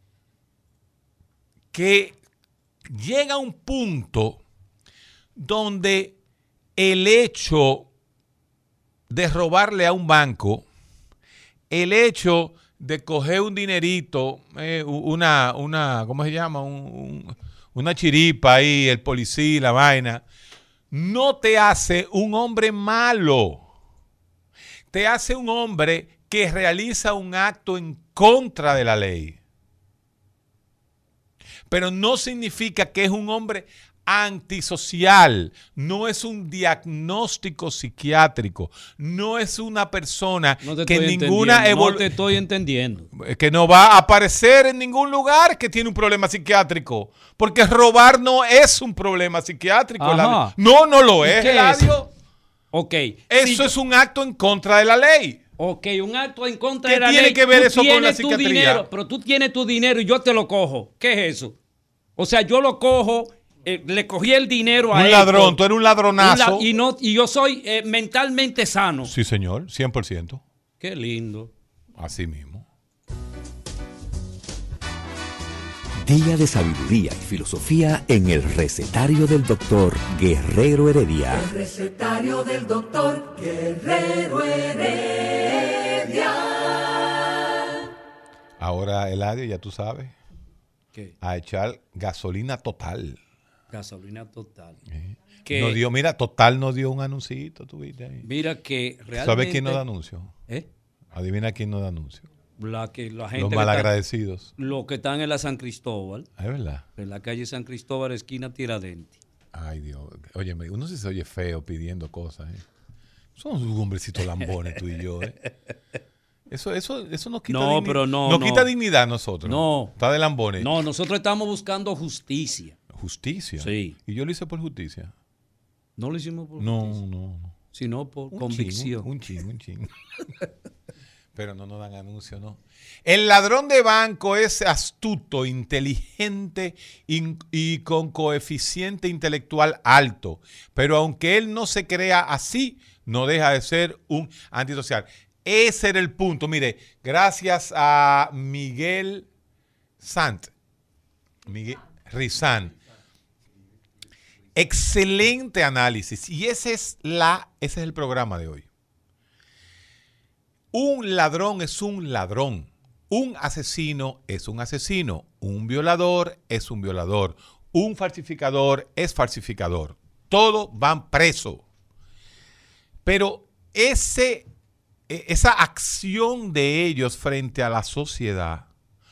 que llega un punto donde el hecho de robarle a un banco, el hecho de coger un dinerito, eh, una, una, ¿cómo se llama? Un, un, una chiripa ahí, el policía, la vaina, no te hace un hombre malo. Te hace un hombre que realiza un acto en contra de la ley. Pero no significa que es un hombre antisocial, no es un diagnóstico psiquiátrico, no es una persona no te que estoy ninguna entendiendo, evolu- no te estoy entendiendo. que no va a aparecer en ningún lugar que tiene un problema psiquiátrico, porque robar no es un problema psiquiátrico. Ajá. Eladio. No, no lo ¿Y es, qué Eladio. es? Ok. Eso Si- es un acto en contra de la ley. Ok, un acto en contra ¿Qué de la tiene ley. que ver Tú eso con tienes la tu psiquiatría? dinero, pero tú tienes tu dinero y yo te lo cojo. ¿Qué es eso? O sea, yo lo cojo, eh, le cogí el dinero a Un Héctor, ladrón, tú eres un ladronazo. un la- y, no, y yo soy eh, mentalmente sano. Sí, señor, cien por ciento. Qué lindo. Así mismo. Día de sabiduría y filosofía en el recetario del doctor Guerrero Heredia. El recetario del doctor Guerrero Heredia. Ahora, Eladio, ya tú sabes, ¿Qué? a echar gasolina total. Gasolina total. Eh. Que- No dio, mira, Total nos dio un anuncito, tú viste ahí. Mira que realmente... ¿Sabes quién nos da anuncio? ¿Eh? Adivina quién nos da anuncio. La que, la gente Los que está- malagradecidos. Los que están en la San Cristóbal, Es verdad. en la calle San Cristóbal, esquina Tiradentes. Ay, Dios. Oye, uno sí se oye feo pidiendo cosas. ¿eh? Somos un hombrecito lambones, tú y yo. ¿eh? Eso, eso, eso nos quita, No, digni- pero no, nos no. quita dignidad a nosotros. No. Está de lambones. No, nosotros estamos buscando justicia. Justicia. Sí. Y yo lo hice por justicia. No lo hicimos por No, justicia, no, no. sino por Un convicción. chin, un, un chin, un chin. Pero no nos dan anuncio, ¿no? El ladrón de banco es astuto, inteligente y, y con coeficiente intelectual alto. Pero aunque él no se crea así, no deja de ser un antisocial. Ese era el punto. Mire, gracias a Miguel Sant, Miguel Rizán. Excelente análisis. Y ese es, la, ese es el programa de hoy. Un ladrón es un ladrón. Un asesino es un asesino. Un violador es un violador. Un falsificador es falsificador. Todos van presos. Pero ese, esa acción de ellos frente a la sociedad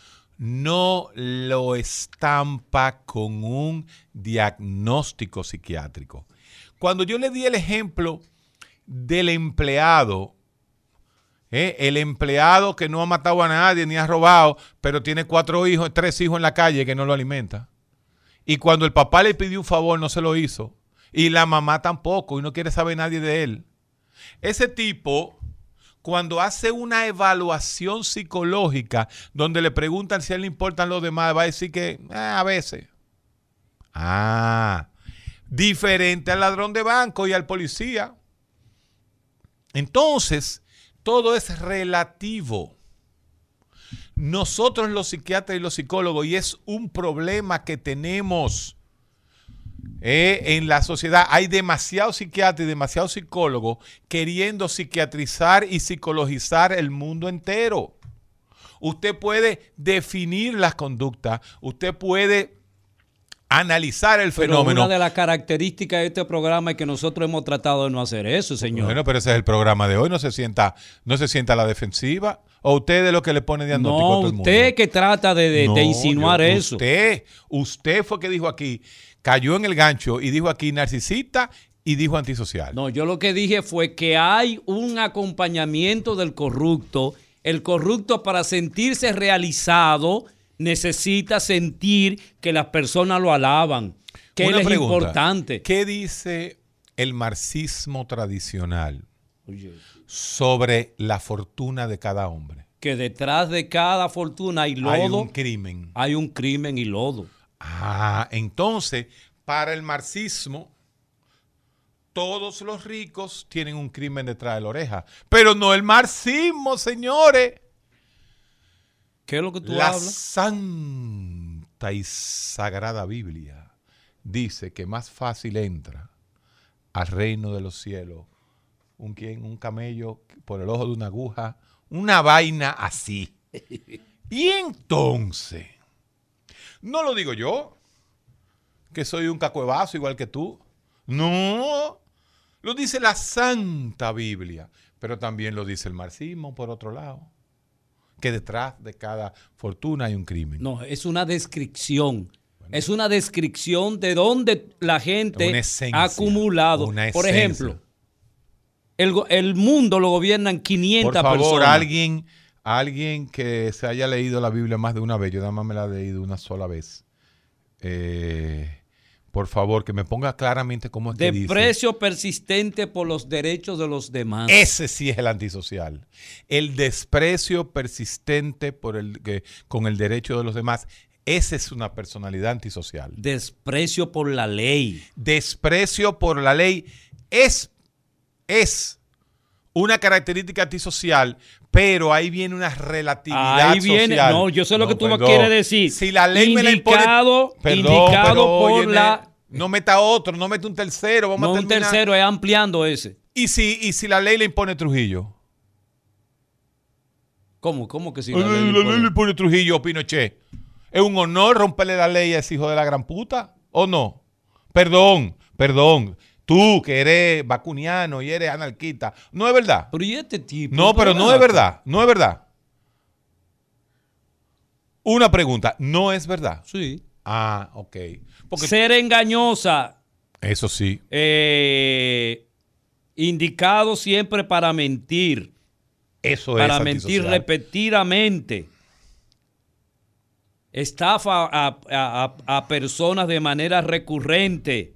no lo estampa con un diagnóstico psiquiátrico. Cuando yo le di el ejemplo del empleado, ¿eh? el empleado que no ha matado a nadie ni ha robado, pero tiene cuatro hijos, tres hijos en la calle que no lo alimenta. Y cuando el papá le pidió un favor no se lo hizo. Y la mamá tampoco, y no quiere saber nadie de él. Ese tipo, cuando hace una evaluación psicológica donde le preguntan si a él le importan los demás, va a decir que eh, a veces. Ah, diferente al ladrón de banco y al policía. Entonces, todo es relativo. Nosotros los psiquiatras y los psicólogos, y es un problema que tenemos eh, en la sociedad, hay demasiados psiquiatras y demasiados psicólogos queriendo psiquiatrizar y psicologizar el mundo entero. Usted puede definir las conductas, usted puede analizar el Pero fenómeno. una de las características de este programa es que nosotros hemos tratado de no hacer eso, señor. Bueno, pero ese es el programa de hoy, no se sienta, no se sienta a la defensiva. ¿O usted es lo que le pone diagnóstico no, a todo el mundo? usted que trata de, de, No, de insinuar yo- eso. Usted, usted fue que dijo aquí, cayó en el gancho y dijo aquí narcisista y dijo antisocial. No, yo lo que dije fue que hay un acompañamiento del corrupto. El corrupto, para sentirse realizado, necesita sentir que las personas lo alaban, que Una él es pregunta, importante. ¿qué dice el marxismo tradicional Oye, sobre la fortuna de cada hombre? que detrás de cada fortuna hay lodo, Hay un crimen. hay un crimen y lodo. Ah, entonces, para el marxismo, todos los ricos tienen un crimen detrás de la oreja. Pero no el marxismo, señores. ¿Qué es lo que tú la hablas? Santa y Sagrada Biblia dice que más fácil entra al reino de los cielos un, ¿quién? un camello por el ojo de una aguja, una vaina así. Y entonces, no lo digo yo, que soy un cacuevazo igual que tú. No, lo dice la Santa Biblia, pero también lo dice el marxismo por otro lado, que detrás de cada fortuna hay un crimen. No, es una descripción. Bueno, es una descripción de dónde la gente una esencia, ha acumulado. Una por esencia. ejemplo, el, el mundo lo gobiernan quinientas personas. Por favor, personas. alguien, alguien que se haya leído la Biblia más de una vez, yo nada más me la he leído una sola vez. Eh... Por favor, que me ponga claramente cómo es que dice. Desprecio persistente por los derechos de los demás. Ese sí es el antisocial. El desprecio persistente por el, que, con el derecho de los demás. Esa es una personalidad antisocial. Desprecio por la ley. Desprecio por la ley es, es una característica antisocial, pero ahí viene una relatividad ahí viene, social. No, yo sé lo no, que tú perdón. quieres decir. Si la ley indicado, me la impone... Perdón, indicado pero, por oye, la... No meta otro, no mete un tercero. Vamos no a un tercero, es ampliando ese. ¿Y si, ¿Y si la ley le impone Trujillo? ¿Cómo? ¿Cómo que si la, la, la ley, ley, le impone? la ley le impone Trujillo o Pinochet? ¿Es un honor romperle la ley a ese hijo de la gran puta? ¿O no? Perdón, perdón. Tú que eres vacuniano y eres anarquista. ¿No es verdad? Pero ¿y este tipo? No, pero no es verdad. No es verdad. Una pregunta. ¿No es verdad? Sí. Ah, ok. Porque ser engañosa. Eso sí. Eh, indicado siempre para mentir. Eso para es Para mentir repetidamente. Estafa a, a, a personas de manera recurrente.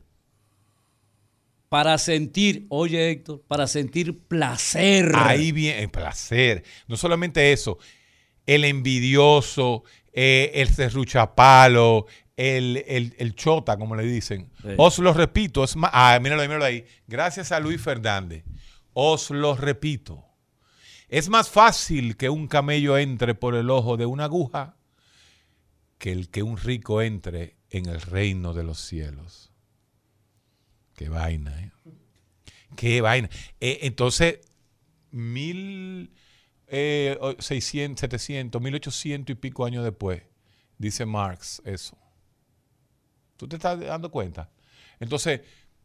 Para sentir, oye Héctor, para sentir placer. Ahí viene, placer. No solamente eso. El envidioso, eh, el serruchapalo, el, el, el chota, como le dicen. Sí. Os lo repito, es más. Ah, míralo ahí, míralo ahí. Gracias a Luis Fernández. Os lo repito. Es más fácil que un camello entre por el ojo de una aguja que el que un rico entre en el reino de los cielos. Qué vaina, ¿eh? Qué vaina. Eh, entonces, mil eh, seiscientos, setecientos, mil ochocientos y pico años después, dice Marx eso. ¿Tú te estás dando cuenta? Entonces,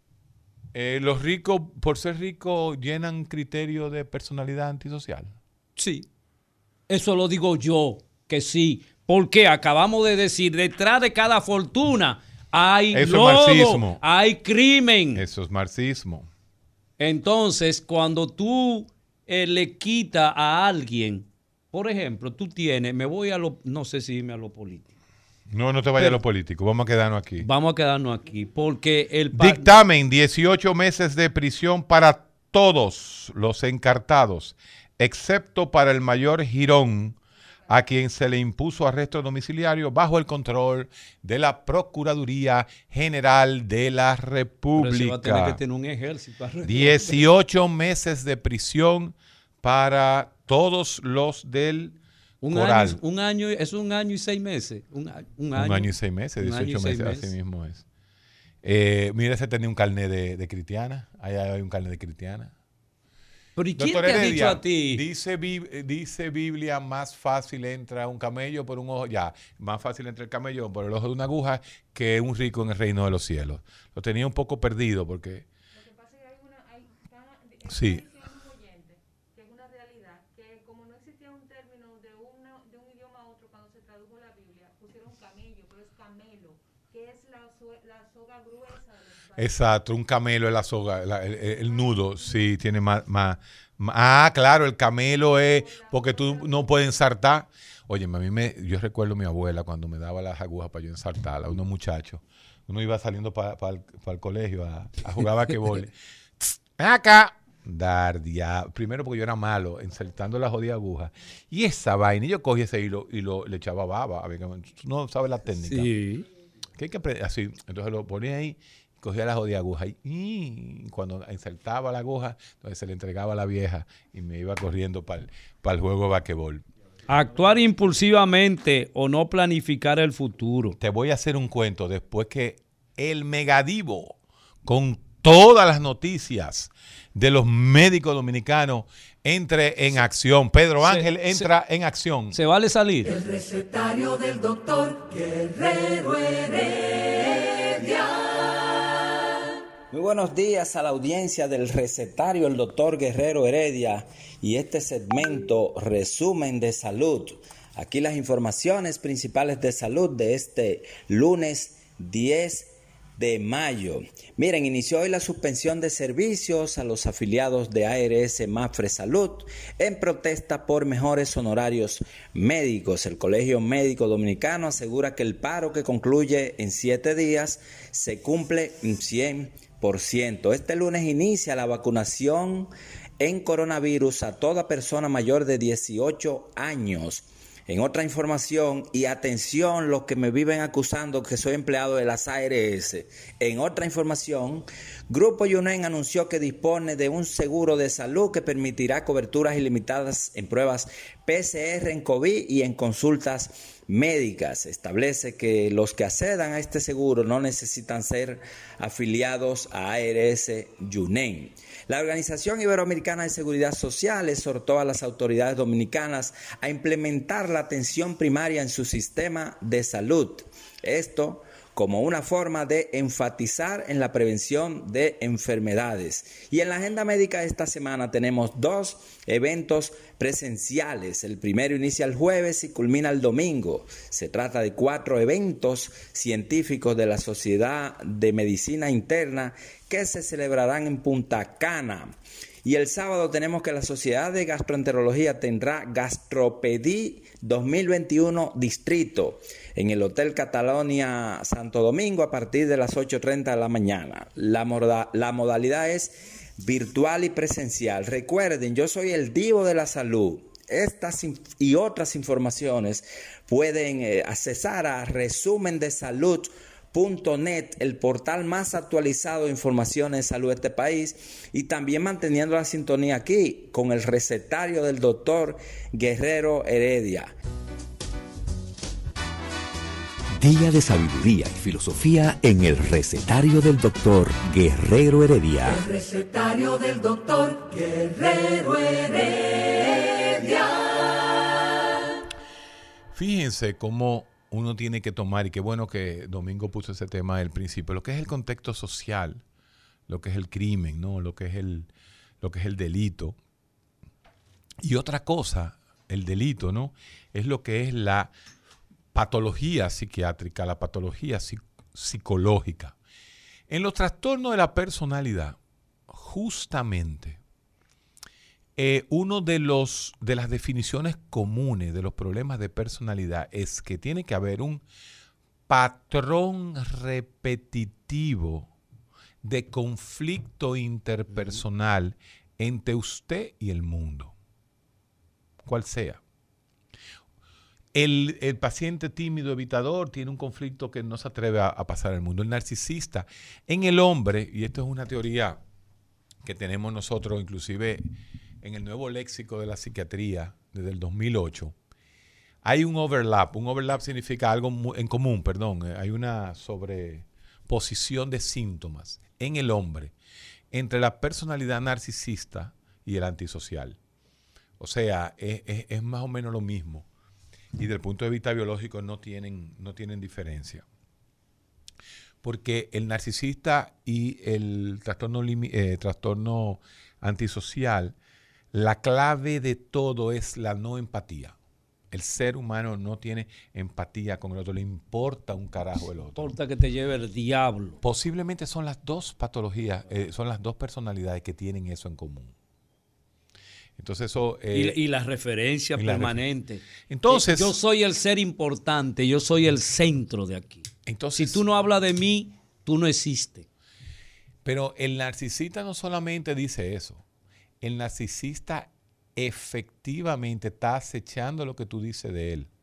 eh, los ricos, por ser ricos, llenan criterio de personalidad antisocial. Sí. Eso lo digo yo, que sí. Porque acabamos de decir, detrás de cada fortuna hay Eso lodo, es marxismo. Hay crimen. Eso es marxismo. Entonces, cuando tú eh, le quitas a alguien, por ejemplo, tú tienes, me voy a lo, no sé si irme a lo político. No, no te vayas a lo político, vamos a quedarnos aquí. Vamos a quedarnos aquí, porque el... Dictamen, dieciocho meses de prisión para todos los encartados, excepto para el mayor Girón, a quien se le impuso arresto domiciliario bajo el control de la Procuraduría General de la República. Pero se va a tener que tener un ejército. dieciocho meses de prisión para todos los del un Coral. Año, un año, es un año y seis meses. Un, un, año, un año y seis meses, dieciocho meses, meses, así mismo es. Eh, mira, ese tenía un carnet de, de cristiana. Ahí hay un carnet de cristiana. ¿Pero y quién te ha dicho a ti? Dice, dice Biblia, más fácil entra un camello por un ojo, ya, más fácil entra el camello por el ojo de una aguja que un rico en el reino de los cielos. Lo tenía un poco perdido porque... Lo que pasa es que hay una... Hay, está, sí. Oyente, que es una realidad, que como no existía un término de, una, de un idioma a otro cuando se tradujo la Biblia, pusieron camello, pero es camelo, que es la, la soga gruesa de los países. Exacto, un camelo es la soga, la, el, el nudo, sí, tiene más, más, más... Ah, claro, el camelo es porque tú no puedes ensartar. Oye, a mí me, yo recuerdo a mi abuela cuando me daba las agujas para yo ensartarla, unos muchachos. Uno iba saliendo para pa el, pa el colegio a, a jugar basquetbol. Ven acá. Dar ya. Primero porque yo era malo ensartando la jodida aguja. Y esa vaina, y yo cogí ese hilo y lo, le echaba baba. A ver, tú no sabes la técnica. Sí. Que hay que aprender así. Entonces lo ponía ahí. cogía la jodida aguja y, y cuando insertaba la aguja, entonces se le entregaba a la vieja y me iba corriendo para el juego de basquetbol. Actuar impulsivamente o no planificar el futuro. Te voy a hacer un cuento después que el Megadivo, con todas las noticias de los médicos dominicanos, entre en acción. Pedro Ángel se, entra se, en acción. ¿Se vale salir? El recetario del doctor Guerrero Heredia. Muy buenos días a la audiencia del recetario el doctor Guerrero Heredia y este segmento resumen de salud. Aquí las informaciones principales de salud de este lunes diez de mayo. Miren, inició hoy la suspensión de servicios a los afiliados de A R S Mafre Salud en protesta por mejores honorarios médicos. El Colegio Médico Dominicano asegura que el paro que concluye en siete días se cumple en cien por ciento. Este lunes inicia la vacunación en coronavirus a toda persona mayor de dieciocho años. En otra información, y atención los que me viven acusando que soy empleado de las A R S. En otra información, Grupo Yunen anunció que dispone de un seguro de salud que permitirá coberturas ilimitadas en pruebas P C R en COVID y en consultas médicas. Establece que los que accedan a este seguro no necesitan ser afiliados a A R S Yunen. La Organización Iberoamericana de Seguridad Social exhortó a las autoridades dominicanas a implementar la atención primaria en su sistema de salud. Esto como una forma de enfatizar en la prevención de enfermedades. Y en la agenda médica de esta semana tenemos dos eventos presenciales. El primero inicia el jueves y culmina el domingo. Se trata de cuatro eventos científicos de la Sociedad de Medicina Interna que se celebrarán en Punta Cana. Y el sábado tenemos que la Sociedad de Gastroenterología tendrá Gastropedí dos mil veintiuno Distrito en el Hotel Catalonia Santo Domingo a partir de las ocho y media de la mañana. La, moda, la modalidad es virtual y presencial. Recuerden, yo soy el divo de la salud. Estas y otras informaciones pueden eh, accesar a resumen de salud punto net, el portal más actualizado de información en salud de este país, y también manteniendo la sintonía aquí con el recetario del doctor Guerrero Heredia. Día de sabiduría y filosofía en el recetario del doctor Guerrero Heredia. El recetario del doctor Guerrero Heredia. Fíjense cómo uno tiene que tomar, y qué bueno que Domingo puso ese tema al principio, lo que es el contexto social, lo que es el crimen, ¿no? Lo que es el, lo que es el delito. Y otra cosa, el delito, ¿no? Es lo que es la patología psiquiátrica, la patología psic- psicológica. En los trastornos de la personalidad, justamente, Eh, uno de los de las definiciones comunes de los problemas de personalidad es que tiene que haber un patrón repetitivo de conflicto interpersonal entre usted y el mundo, cual sea. El, el paciente tímido evitador tiene un conflicto que no se atreve a, a pasar al mundo. El narcisista en el hombre, y esto es una teoría que tenemos nosotros inclusive en el nuevo léxico de la psiquiatría desde el dos mil ocho, hay un overlap. Un overlap significa algo en común, perdón. Hay una sobreposición de síntomas en el hombre entre la personalidad narcisista y el antisocial. O sea, es, es, es más o menos lo mismo. Y desde el punto de vista biológico no tienen, no tienen diferencia. Porque el narcisista y el trastorno, eh, trastorno antisocial, la clave de todo es la no empatía. El ser humano no tiene empatía con el otro, le importa un carajo el otro. Importa que te lleve el diablo. Posiblemente son las dos patologías, eh, son las dos personalidades que tienen eso en común. Entonces eso... Eh, y, y la referencia y permanente. La refer- Entonces... Yo soy el ser importante, yo soy el centro de aquí. Entonces, si tú no hablas de mí, tú no existes. Pero el narcisista no solamente dice eso. El narcisista efectivamente está acechando lo que tú dices de él.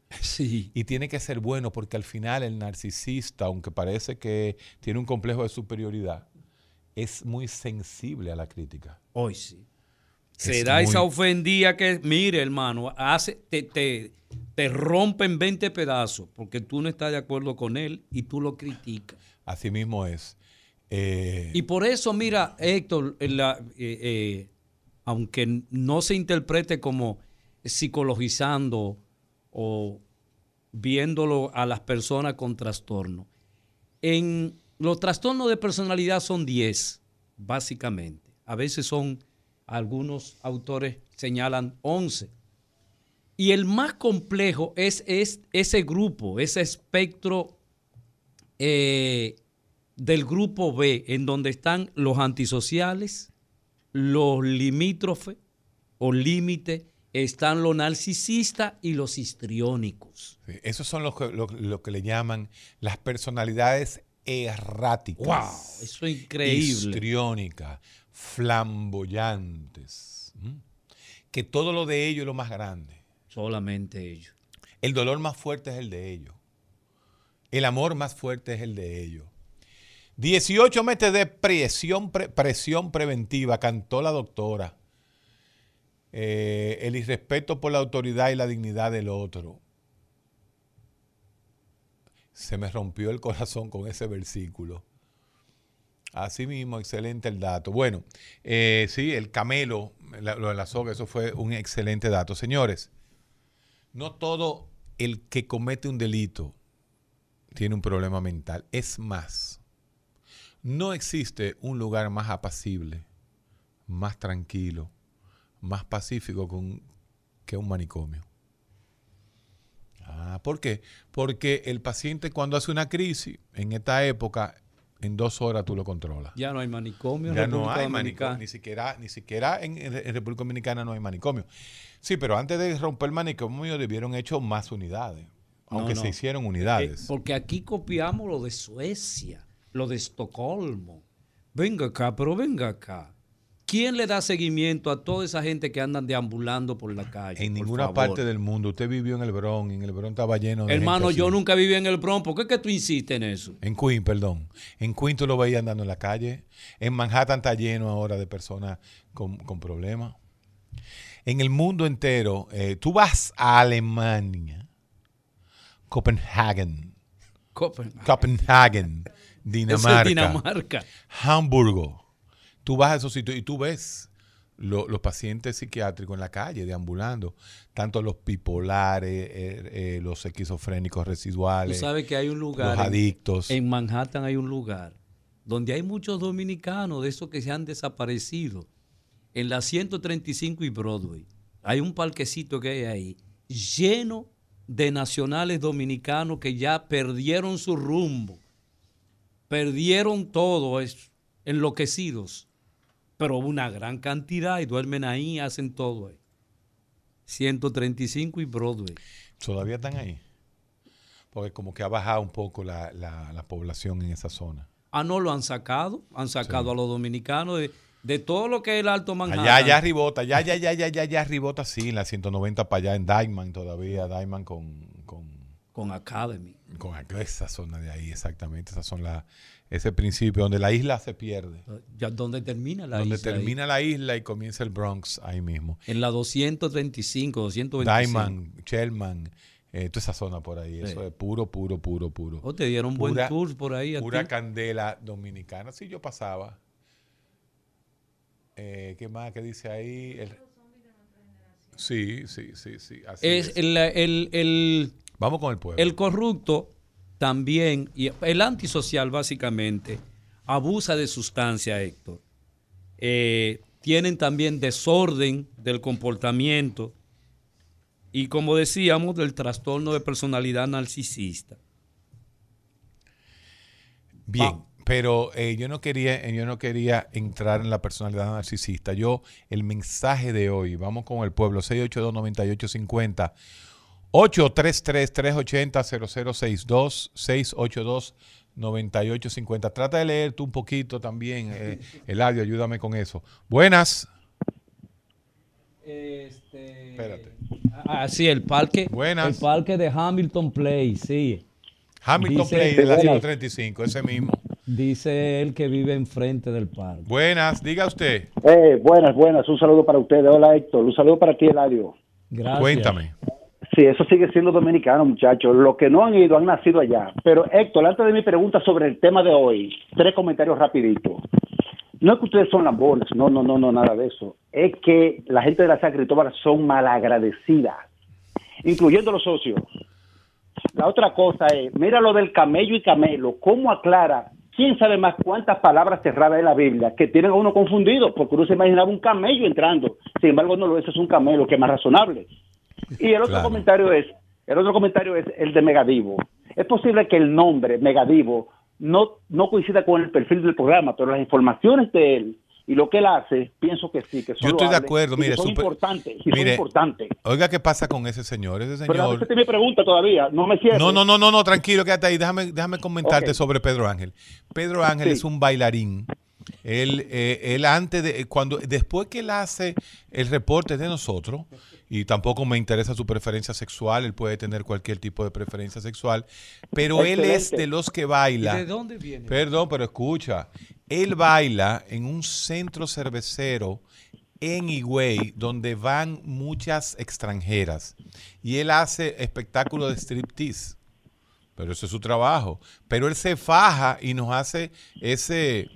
Sí. Y tiene que ser bueno porque al final el narcisista, aunque parece que tiene un complejo de superioridad, es muy sensible a la crítica. Hoy sí. Es Se da muy- esa ofendida que, mire, hermano, hace, te, te, te rompe en veinte pedazos porque tú no estás de acuerdo con él y tú lo criticas. Así mismo es. Eh, Y por eso, mira, Héctor, en la- eh, eh, aunque no se interprete como psicologizando o viéndolo a las personas con trastorno, en los trastornos de personalidad son diez, básicamente. A veces son, algunos autores señalan once. Y el más complejo es, es ese grupo, ese espectro eh, del grupo B, en donde están los antisociales, los limítrofes o límites, están los narcisistas y los histriónicos. sí, esos son los que, lo, lo que le llaman las personalidades erráticas. ¡Wow! Eso es increíble. Histriónicas, flamboyantes. ¿m? Que todo lo de ellos es lo más grande. Solamente ellos. El dolor más fuerte es el de ellos. El amor más fuerte es el de ellos. dieciocho meses de presión, pre- presión preventiva, cantó la doctora. Eh, el irrespeto por la autoridad y la dignidad del otro. Se me rompió el corazón con ese versículo. Así mismo, excelente el dato. Bueno, eh, sí, el camelo, la- lo de la soga, eso fue un excelente dato. Señores, no todo el que comete un delito tiene un problema mental. Es más, no existe un lugar más apacible, más tranquilo, más pacífico que un, que un manicomio. Ah, ¿por qué? Porque el paciente cuando hace una crisis, en esta época, en dos horas tú lo controlas. Ya no hay manicomio en Ya no República hay Dominicana. manicomio, ni siquiera, ni siquiera en, en República Dominicana no hay manicomio. Sí, pero antes de romper el manicomio debieron hecho más unidades, aunque No, se no. hicieron Eh, unidades. porque aquí copiamos lo de Suecia, lo de Estocolmo. Venga acá, pero venga acá. ¿Quién le da seguimiento a toda esa gente que andan deambulando por la calle? En Por ninguna favor. parte del mundo. Usted vivió en el Bronx, en el Bronx estaba lleno de Hermano, gente yo así. nunca viví en el Bronx. ¿Por qué es que tú insistes en eso? En Queens, perdón. En Queens tú lo veías andando en la calle. En Manhattan está lleno ahora de personas con, con problemas. En el mundo entero, eh, tú vas a Alemania, Copenhagen, Copenhagen. Copenhagen, Dinamarca, Eso es Dinamarca. Hamburgo. Tú vas a esos sitios y tú ves lo- los pacientes psiquiátricos en la calle, deambulando, tanto los bipolares, eh, eh, los esquizofrénicos Tú residuales, sabes que hay un lugar. los en- adictos. En Manhattan hay un lugar donde hay muchos dominicanos de esos que se han desaparecido. En la ciento treinta y cinco y Broadway. Hay un parquecito que hay ahí lleno de nacionales dominicanos que ya perdieron su rumbo. Perdieron todo, es, enloquecidos. Pero una gran cantidad y duermen ahí, hacen todo ahí. ciento treinta y cinco y Broadway. Todavía están ahí. Porque como que ha bajado un poco la, la- la población en esa zona. Ah, no, lo han sacado. Han sacado Sí. a los dominicanos de, de todo lo que es el Alto Manhattan. Allá, allá ribota, ya, ya, ya, ya, ya, ya ribota, sí, en la ciento noventa para allá, en Diamond todavía, Diamond con, con, Con Academy. con esa zona de ahí, exactamente, esa son la, ese principio donde la isla se pierde. Ya donde termina la donde isla. ahí. termina la isla y comienza el Bronx, ahí mismo. En la doscientos treinta y cinco, doscientos veinticinco. Diamond, Sherman, eh, toda esa zona por ahí, eso Sí. es puro, puro, puro, puro. Oh, te dieron buen Pura- tour por ahí a Pura ti. candela dominicana. Sí, yo pasaba. Eh, ¿Qué más que dice ahí? El- Sí, sí, sí, sí. Así Es es. el, el- el- Vamos con el pueblo. el corrupto también, y el antisocial básicamente, abusa de sustancia, Héctor. Eh, tienen también desorden del comportamiento y, como decíamos, del trastorno de personalidad narcisista. Bien, pero eh, yo no quería, eh, yo no quería entrar en la personalidad narcisista. Yo, el mensaje de hoy, vamos con el pueblo, seis ocho dos, nueve ocho cinco cero, ocho tres tres, tres ocho cero, cero cero seis dos, seis ocho dos, nueve ocho cinco cero. Trata de leer tú un poquito también, eh, Eladio, ayúdame con eso. Buenas. Este, Espérate. Ah, sí, el parque. Buenas. El parque de Hamilton Place, sí. Hamilton Dice- Place de la ciento treinta y cinco, ese mismo. Dice él que vive enfrente del parque. Buenas, diga usted. Eh, buenas, buenas. Un saludo para ustedes. Hola, Héctor. Un saludo para ti, Eladio. Gracias. Cuéntame. Sí, eso sigue siendo dominicano, muchachos. Los que no han ido han nacido allá. Pero, Héctor, antes de mi pregunta sobre el tema de hoy, tres comentarios rapiditos. No es que ustedes son lambones, no, no, no, no, nada de eso. Es que la gente de la San Cristóbal son malagradecidas, incluyendo los socios. La otra cosa es, mira lo del camello y camelo, ¿cómo aclara? ¿Quién sabe más cuántas palabras cerradas en la Biblia que tienen a uno confundido? Porque uno se imaginaba un camello entrando. Sin embargo, no lo es, es un camelo, que es más razonable. Y el otro Claro. comentario es, el otro comentario es el de Megadivo. Es posible que el nombre Megadivo no, no coincida con el perfil del programa, pero las informaciones de él y lo que él hace, pienso que sí, que son Yo estoy de loables acuerdo, y que mire, son super- importantes, y son mire, importantes. Oiga, ¿qué pasa con ese señor? Ese Pero a señor... veces te mi pregunta todavía, no me cierres. No, no, no, no, no, tranquilo, quédate ahí. Déjame, déjame comentarte Ok. sobre Pedro Ángel. Pedro Ángel Sí. es un bailarín. Él, eh, él antes de, cuando, después que él hace el reporte de nosotros, y tampoco me interesa su preferencia sexual, él puede tener cualquier tipo de preferencia sexual, pero él es Excelente. de los que baila. ¿Y de dónde viene? Perdón, pero escucha, él baila en un centro cervecero en Higüey, donde van muchas extranjeras, y él hace espectáculos de striptease. Pero ese es su trabajo. Pero él se faja y nos hace ese,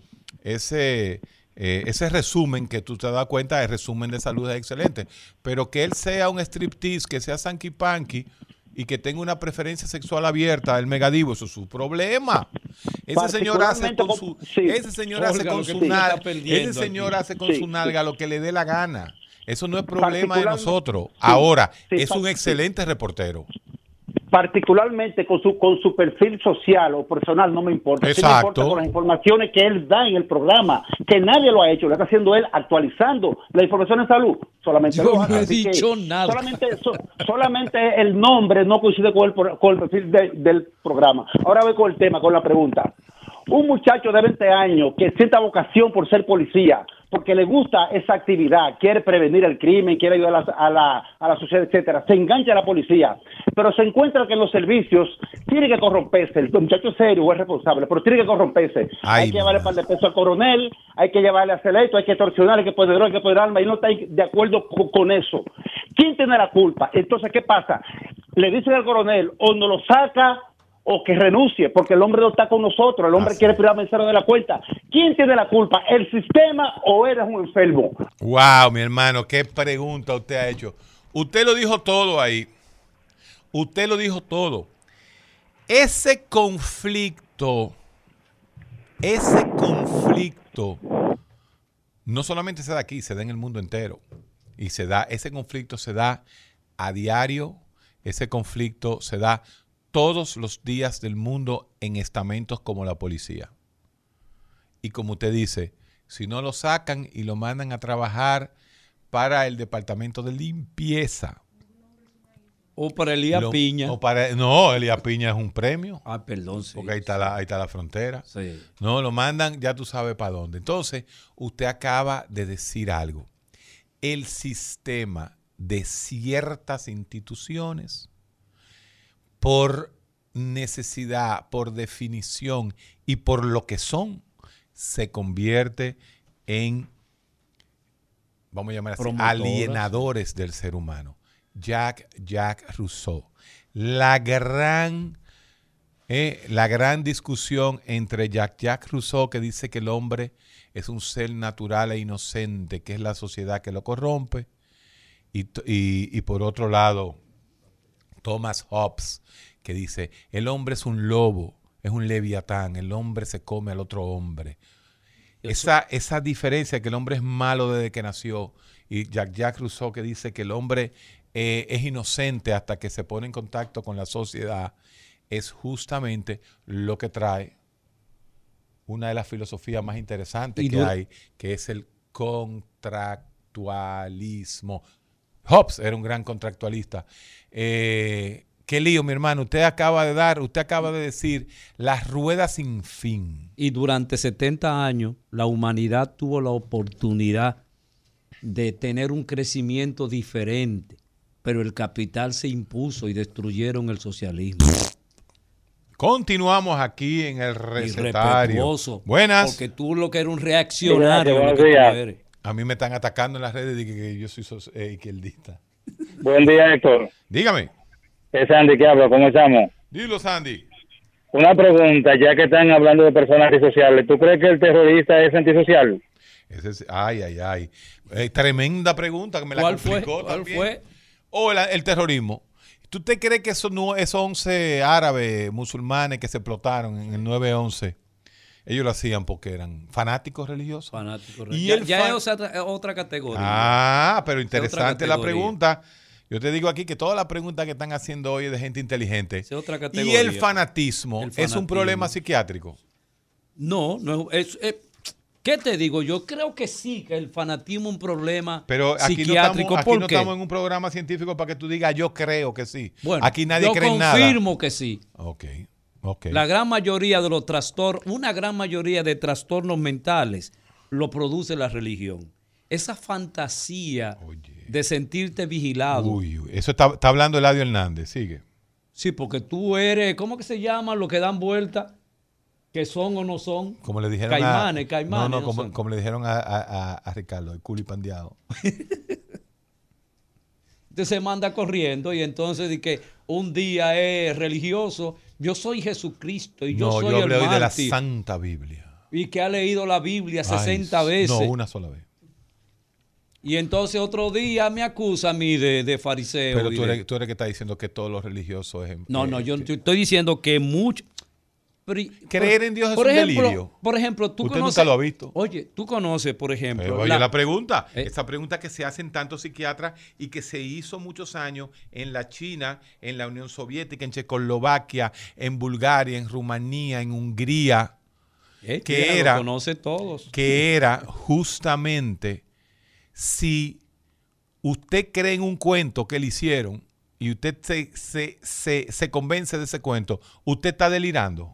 ese, eh, ese resumen que tú te das cuenta, el resumen de salud es excelente. Pero que él sea un striptease, que sea sanky panky y que tenga una preferencia sexual abierta, el megadivo, eso es su problema. Ese señor hace con su, sí. ese señor hace Olga, con lo que su tú estás nalga, perdiendo ese señor aquí. hace con Sí, su nalga lo que le dé la gana. Eso no es problema de Particularmente- nosotros. sí, Ahora, sí, es un sí. excelente reportero. Particularmente con su con su perfil social o personal, no me importa. Sí me Exacto. importa con las informaciones que él da en el programa, que nadie lo ha hecho, lo está haciendo él actualizando la información en salud. Solamente Yo lo no hace, he así que dicho nada. Solamente, so- solamente el nombre no coincide con el, pro- con el perfil de- del programa. Ahora voy con el tema, con la pregunta. Un muchacho de veinte años que sienta vocación por ser policía, porque le gusta esa actividad, quiere prevenir el crimen, quiere ayudar a la, a la, a la sociedad, etcétera, se engancha a la policía, pero se encuentra que en los servicios tiene que corromperse. El muchacho es serio, es responsable, pero tiene que corromperse. Ay, hay que llevarle mamá. par de pesos al coronel, hay que llevarle a Celeto, hay que torsionar, hay que poner droga, hay que poner alma, y no está de acuerdo con, con eso. ¿Quién tiene la culpa? Entonces, ¿qué pasa? Le dicen al coronel, o no lo saca, o que renuncie, porque el hombre no está con nosotros, el hombre Así. quiere privar cero de la cuenta. ¿Quién tiene la culpa? ¿El sistema o eres un enfermo? Wow, mi hermano, qué pregunta usted ha hecho. Usted lo dijo todo ahí. Usted lo dijo todo. Ese conflicto, ese conflicto, no solamente se da aquí, se da en el mundo entero. Y se da, ese conflicto se da a diario, ese conflicto se da todos los días del mundo en estamentos como la policía. Y como usted dice, si no lo sacan y lo mandan a trabajar para el departamento de limpieza. O para Elías lo- Piña. o para- no, Elías Piña es un premio. Ah, perdón, sí. Porque ahí está la, ahí está la frontera. Sí. No, lo mandan, ya tú sabes para dónde. Entonces, usted acaba de decir algo. El sistema de ciertas instituciones, por necesidad, por definición y por lo que son, se convierte en, vamos a llamar así, Promotoras. alienadores del ser humano. Jack, Jack Rousseau. La gran, eh, la gran discusión entre Jack, Jack Rousseau, que dice que el hombre es un ser natural e inocente, que es la sociedad que lo corrompe, y, t- y, y por otro lado, Thomas Hobbes, que dice, el hombre es un lobo, es un leviatán, el hombre se come al otro hombre. Esa, esa diferencia, que el hombre es malo desde que nació, y Jack, Jack Rousseau, que dice que el hombre eh, es inocente hasta que se pone en contacto con la sociedad, es justamente lo que trae una de las filosofías más interesantes Y que du- hay, que es el contractualismo. Hobbes era un gran contractualista. Eh, qué lío, mi hermano. Usted acaba de dar, usted acaba de decir las ruedas sin fin. Y durante setenta años la humanidad tuvo la oportunidad de tener un crecimiento diferente pero el capital se impuso y destruyeron el socialismo. Continuamos aquí en el recetario. Irrespetuoso, Buenas. Porque tú lo que eres un reaccionario. Buenos lo que tú días. eres. A mí me están atacando en las redes de que, que yo soy so- eh, izquierdista. Buen día, Héctor. Dígame. Es Sandy que habla, ¿cómo estamos? Dilo, Sandy. Una pregunta, ya que están hablando de personas antisociales. ¿Tú crees que el terrorista es antisocial? Ese es, ay, ay, ay. Eh, tremenda pregunta que me la ¿Cuál fue? complicó ¿Cuál también. fue? O el, el terrorismo. ¿Tú te crees que esos, nu- esos once árabes musulmanes que se explotaron en el nueve once, ellos lo hacían porque eran fanáticos religiosos? Fanático. Y ya el ya fan- es otra, otra categoría. Ah, pero Es otra interesante la categoría. pregunta. Yo te digo aquí que todas las preguntas que están haciendo hoy es de gente inteligente. Es otra Y categoría. el fanatismo, El es un fanatismo. problema psiquiátrico. No, no es, es- ¿qué te digo? Yo creo que sí, que el fanatismo es un problema Pero aquí no psiquiátrico. estamos, aquí ¿Por no qué? estamos en un programa científico para que tú digas yo creo que sí. Bueno, aquí nadie yo cree en nada. confirmo que sí. Ok, ok. La gran mayoría de los trastornos, una gran mayoría de trastornos mentales lo produce la religión. Esa fantasía de sentirte vigilado. Uy, uy, eso está, está hablando Eladio Hernández, sigue. Sí, porque tú eres, ¿cómo que se llama? Los que dan vuelta, que son o no son. Como le dijeron Caimanes, a, caimanes. No, no, no como, son. como le dijeron a, a, a- a Ricardo, el culipandeado. Usted se manda corriendo y entonces de que un día es religioso. Yo soy Jesucristo y yo No, soy yo hablé el hoy de la mártir. Santa Biblia. Y que ha leído la Biblia Ay, sesenta veces. No, una sola vez. Y entonces otro día me acusa a mí de, de fariseo. Pero y tú de- eres, tú eres que está diciendo que todos los religiosos es... No, eh, no, yo, que- yo estoy diciendo que mucho... pero y- Creer por- en Dios es por un ejemplo, delirio. Por ejemplo, tú Usted conoces... nunca lo ha visto. Oye, tú conoces, por ejemplo... Eh, oye, la- la, pregunta, Eh. esa pregunta que se hacen tantos psiquiatras y que se hizo muchos años en la China, en la Unión Soviética, en Checoslovaquia, en Bulgaria, en Rumanía, en Hungría, Eh, que mira, lo era, conoce todos. que era justamente si usted cree en un cuento que le hicieron y usted se, se, se, se convence de ese cuento, usted está delirando.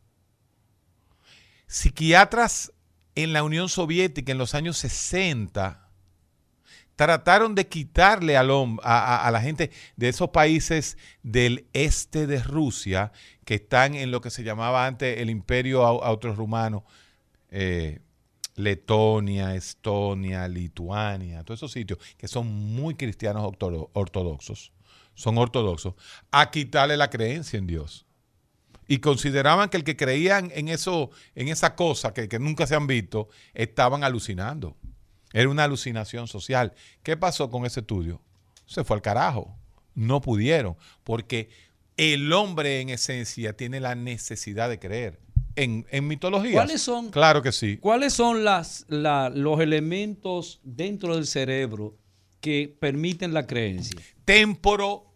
Psiquiatras en la Unión Soviética en los años sesenta trataron de quitarle al hom- a, a- a la gente de esos países del este de Rusia que están en lo que se llamaba antes el Imperio Au- Austrorrumano, eh, Letonia, Estonia, Lituania, todos esos sitios que son muy cristianos ortodo- ortodoxos, son ortodoxos, a quitarle la creencia en Dios. Y consideraban que el que creían en eso, en esa cosa que, que nunca se han visto, estaban alucinando. Era una alucinación social. ¿Qué pasó con ese estudio? Se fue al carajo. No pudieron, porque el hombre en esencia tiene la necesidad de creer. En, en mitologías. ¿Cuáles son? Claro que sí. ¿Cuáles son las, la- los elementos dentro del cerebro que permiten la creencia? Témporo,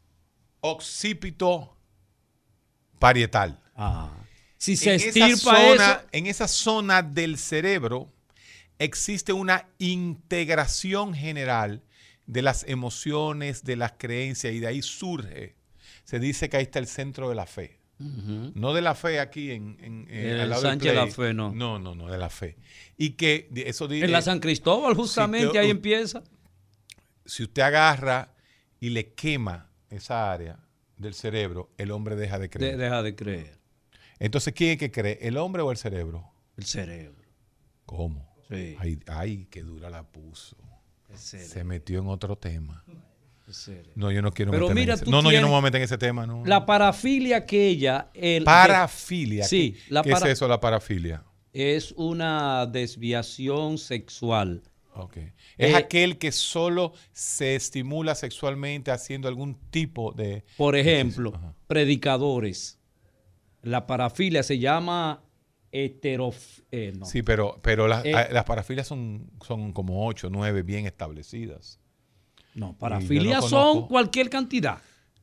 occipito, parietal. Ah. Si se en esa estirpa zona, eso, en esa zona del cerebro existe una integración general de las emociones, de las creencias, y de ahí surge. Se dice que ahí está el centro de la fe. Ujú. No de la fe aquí en, en, en- El al lado del Sánchez Play. La Fe, no. No, no, no, de la fe. Y que de- eso di- en la eh, San Cristóbal justamente si te- ahí empieza. si usted agarra y le quema esa área del cerebro, el hombre deja de creer. De- deja de creer. Entonces, ¿quién es que cree? ¿El hombre o el cerebro? El cerebro. ¿Cómo? Sí. Ay, ay, qué dura la puso. El cerebro. Se metió en otro tema. El cerebro. No, yo no quiero Pero meterme mira, en ese. tú No, no, yo no tienes- me voy a meter en ese tema, no. La parafilia aquella... El, Parafilia. Sí, ¿Qué, la qué para- es eso, la parafilia? es una desviación sexual. Ok. Es Eh, aquel que solo se estimula sexualmente haciendo algún tipo de... Por ejemplo, Ajá. predicadores. La parafilia se llama heterof... eh, no. Sí, pero, pero las, Eh, a- las parafilias son, son como ocho, nueve bien establecidas. No, Y parafilia yo no son conozco- cualquier cantidad.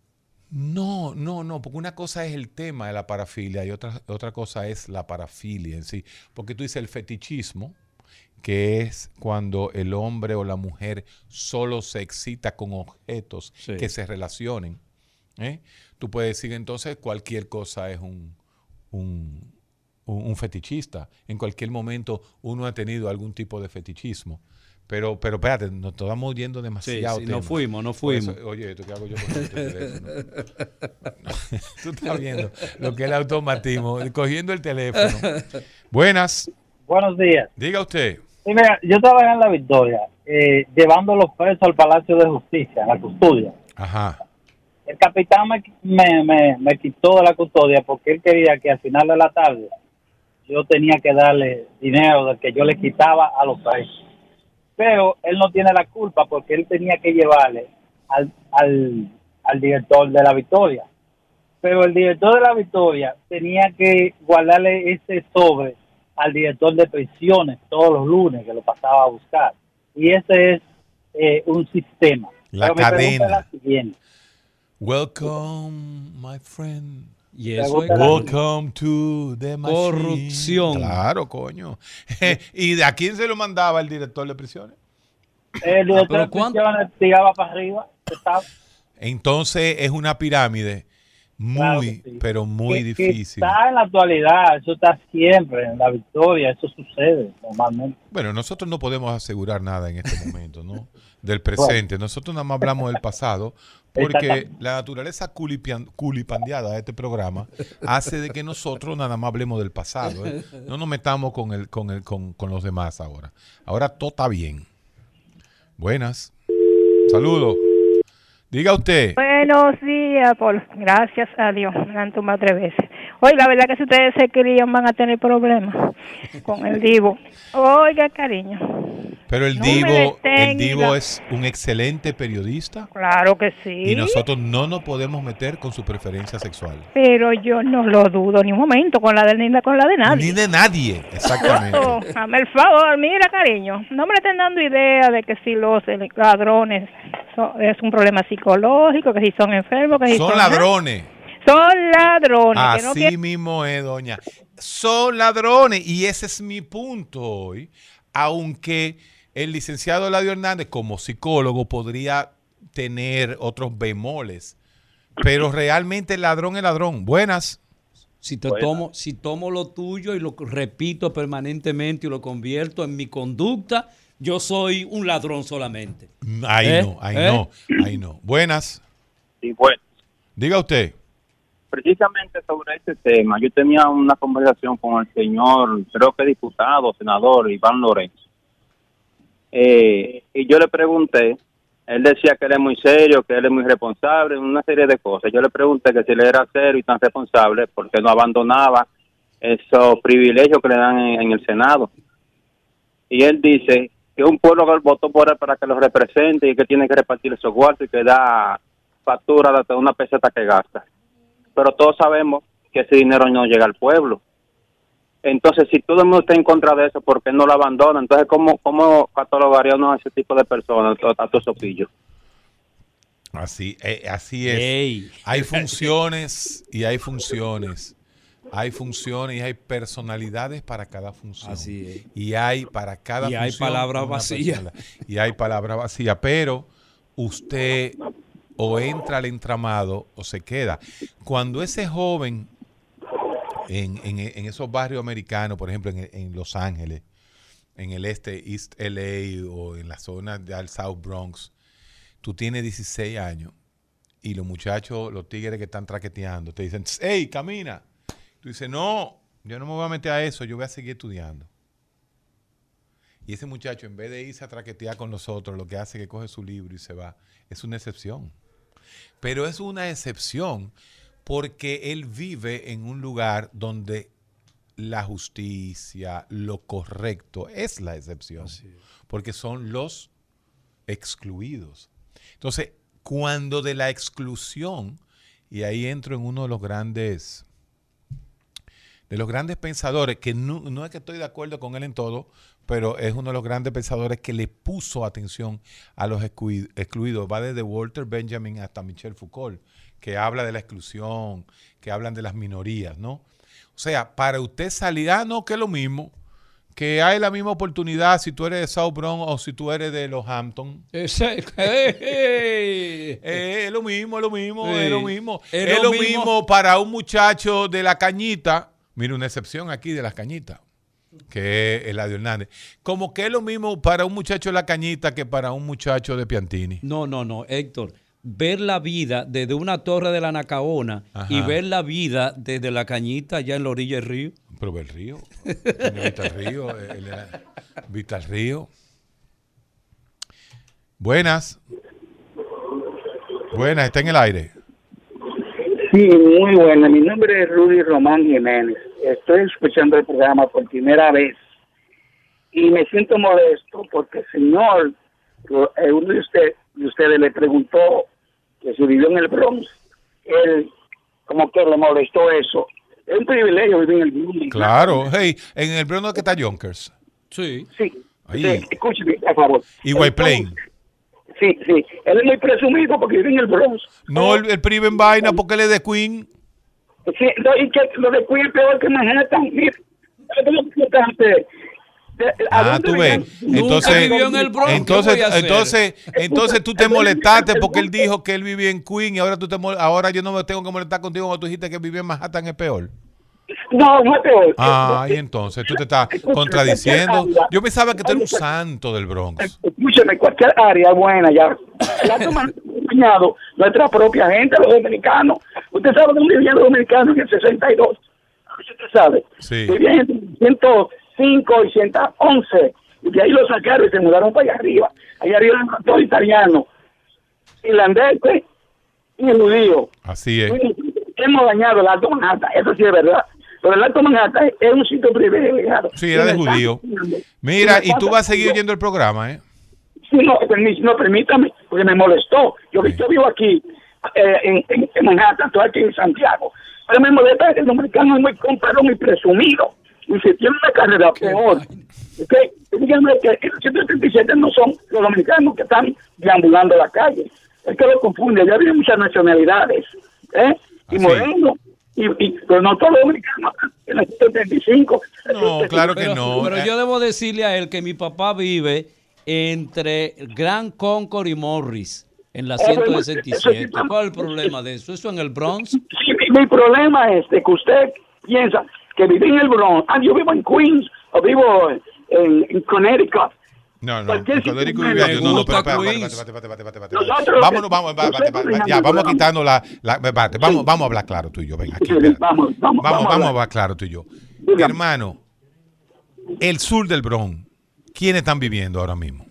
No, no, no, porque una cosa es el tema de la parafilia y otra, otra cosa es la parafilia en sí. Porque tú dices el fetichismo, que es cuando el hombre o la mujer solo se excita con objetos Sí. que se relacionen. ¿eh? Tú puedes decir entonces cualquier cosa es un, un, un- un fetichista. En cualquier momento uno ha tenido algún tipo de fetichismo. Pero, pero espérate, nos estamos yendo demasiado. Sí, sí, nos fuimos, nos fuimos. Eso, oye, ¿esto qué hago yo con este teléfono? Tú estás viendo lo que es el automatismo, cogiendo el teléfono. Buenas. Buenos días. Diga usted. Sí, mira, yo trabajé en La Victoria, eh, llevando los presos al Palacio de Justicia, a la custodia. Ajá. El capitán me, me, me, me quitó de la custodia porque él quería que al final de la tarde yo tenía que darle dinero del que yo le quitaba a los presos. Pero él no tiene la culpa porque él tenía que llevarle al, al, al director de La Victoria. Pero el director de La Victoria tenía que guardarle ese sobre al director de prisiones todos los lunes, que lo pasaba a buscar. Y ese es eh, un sistema. La Pero mi pregunta es cadena. la siguiente. Welcome, my friend. Y eso es Welcome to the machine. Corrupción. Claro, coño. ¿Y de a quién se lo mandaba el director de prisiones? El director de prisiones tiraba para arriba. Estaba, Entonces es una pirámide muy, Claro que sí. pero muy que- que difícil. está en la actualidad, eso está siempre en La Victoria, eso sucede normalmente. Bueno, nosotros no podemos asegurar nada en este momento, ¿no? Del presente. Nosotros nada más hablamos del pasado porque Exactamente. la naturaleza culipian- culipandeada de este programa hace de que nosotros nada más hablemos del pasado, ¿eh? No nos metamos con, el, con, el, con, con los demás ahora. Ahora todo está bien. Buenas. Saludos. Diga usted. Buenos días, Paul. Gracias a Dios. Me han tomado tres veces. Oye, la verdad que si ustedes se crían van a tener problemas con el Divo. Oiga, cariño. Pero el No me Divo, el detenga. Divo es un excelente periodista Claro que sí. y nosotros no nos podemos meter con su preferencia sexual. Pero yo no lo dudo ni un momento con la de él ni con la de nadie. Ni de nadie, exactamente. Oh, hazme el favor, mira, cariño. No me estén dando idea de que si los eh, ladrones son- es un problema psicológico, que si son enfermos, que si son... Son ladrones. Son ladrones. que no Así quieren- mismo es, doña. Son ladrones y ese es mi punto hoy. Aunque el licenciado Eladio Hernández como psicólogo podría tener otros bemoles, pero realmente el ladrón es ladrón. Buenas. Si te Buenas. tomo, si tomo lo tuyo y lo repito permanentemente y lo convierto en mi conducta, yo soy un ladrón solamente. Ahí ¿Eh? no, ahí ¿Eh? no, ahí no. Buenas. Sí, bueno, Diga usted. precisamente sobre este tema, yo tenía una conversación con el señor, creo que diputado, senador Iván Lorenzo. Eh, y yo le pregunté, él decía que él es muy serio, que él es muy responsable, una serie de cosas. Yo le pregunté que si él era serio y tan responsable, ¿por qué no abandonaba esos privilegios que le dan en, en el Senado? Y él dice que un pueblo que votó por él para que lo represente y que tiene que repartir esos cuartos y que da factura de hasta una peseta que gasta. Pero todos sabemos que ese dinero no llega al pueblo. Entonces, si todo el mundo está en contra de eso, ¿por qué no lo abandona? Entonces, ¿cómo, cómo catalogaríamos a ese tipo de personas, a todos esos pillos? Así, eh, así es. Ey. Hay funciones y hay funciones. Hay funciones y hay personalidades para cada función. Así es. Y hay para cada Y función. hay palabras una vacías. personalidad. Y hay palabras vacías. Pero usted o entra al entramado o se queda. Cuando ese joven en, en, en esos barrios americanos, por ejemplo, en, en Los Ángeles, en el este, East L A o en la zona del South Bronx, tú tienes dieciséis años y los muchachos, los tigres que están traqueteando, te dicen, hey, camina. Tú dices, no, yo no me voy a meter a eso, yo voy a seguir estudiando. Y ese muchacho, en vez de irse a traquetear con nosotros, lo que hace es que coge su libro y se va. Es una excepción. Pero es una excepción porque él vive en un lugar donde la justicia, lo correcto, es la excepción. Porque son los excluidos. Entonces, cuando de la exclusión, y ahí entro en uno de los grandes, de los grandes pensadores, que no, no es que estoy de acuerdo con él en todo, pero es uno de los grandes pensadores que le puso atención a los exclu- excluidos. Va desde Walter Benjamin hasta Michel Foucault, que habla de la exclusión, que hablan de las minorías, ¿no? O sea, para usted salir, ah, no, que es lo mismo, que hay la misma oportunidad si tú eres de South Bronx o si tú eres de los Hamptons. Ese- hey, hey. Eh, es lo mismo, es lo mismo, Sí. es lo mismo. Es Es, lo lo mismo. mismo para un muchacho de la cañita. Mira, una excepción aquí de las cañitas. que es Eladio Hernández. Como que es lo mismo para un muchacho de La Cañita que para un muchacho de Piantini. No, no, no, Héctor. Ver la vida desde una torre de la Nacaona Ajá. y ver la vida desde La Cañita allá en la orilla del río. Pero ve el río. Tiene vista al río. El, el, vista al río. Buenas. Buenas, está en el aire. Sí, muy buena. Mi nombre es Rudy Román Jiménez. Estoy escuchando el programa por primera vez y me siento molesto porque el señor, eh, uno de, usted, de ustedes le preguntó que si vivió en el Bronx. Él como que le molestó eso. Es un privilegio vivir en el Bronx. Claro. Hey, en el Bronx que está Yonkers. Sí. Sí. Ahí. Sí, escúcheme, por favor. Y White Plain. Sí, sí. Él es muy presumido porque vive en el Bronx. No, el, el prive en vaina porque él es de Queen. Sí, no, y que lo de Queen es peor que Manhattan. Mira, es lo que antes. Ah, tú ves. Entonces, entonces, entonces, entonces tú te molestaste porque él dijo que él vivía en Queen y ahora tú te mol- ahora yo no me tengo que molestar contigo cuando tú dijiste que vivía en Manhattan es peor. No, no es peor. Ah, y entonces tú te estás contradiciendo. Yo pensaba que tú eras un santo del Bronx. Escúcheme, cualquier área buena ya. Ya hemos enseñado nuestra propia gente, los dominicanos. Usted sabe dónde vivían los dominicanos en el sesenta y dos. Usted sabe. Sí. Vivían en ciento cinco y ciento once. Y de ahí lo sacaron y se mudaron para allá arriba. Allá arriba eran todos italianos, irlandeses y judíos. Así es. Hemos dañado el Alto Manhattan, eso sí es verdad. Pero el Alto Manhattan es un sitio privilegiado. Sí, era de judío. Mira, y tú vas a seguir oyendo el programa, ¿eh? Sí, no, permí- no, permítame, porque me molestó. Yo, yo vivo aquí, eh, en, en, en Manhattan, estoy aquí en Santiago. Pero me molesta que el dominicano es muy comparón y presumido. Y si tiene una carrera peor. ¿Okay? Díganme que el ciento treinta y siete no son los dominicanos que están deambulando la calle. Es que lo confunde. Ya había muchas nacionalidades. ¿eh? Y moreno. Y, y, pero no todos los dominicanos en el ciento treinta y cinco. No, claro que pero, no. Pero yo debo decirle a él que mi papá vive entre Grand Concord y Morris, en la ciento sesenta y siete. ¿Cuál es el problema de eso? ¿Eso en el Bronx? Sí, mi, mi problema es de que usted piensa que vive en el Bronx. Ah, yo vivo en Queens o vivo en, en Connecticut. No, no, en Connecticut vive yo. No, no, pero espérate, espérate, espérate, espérate, espérate. Vámonos, vamos, ya, vamos quitando la, la espérate, vamos, vamos a hablar claro tú y yo, venga aquí. Vamos, vamos, vamos, vamos a hablar claro tú y yo. Hermano, el sur del Bronx, ¿quiénes están viviendo ahora mismo?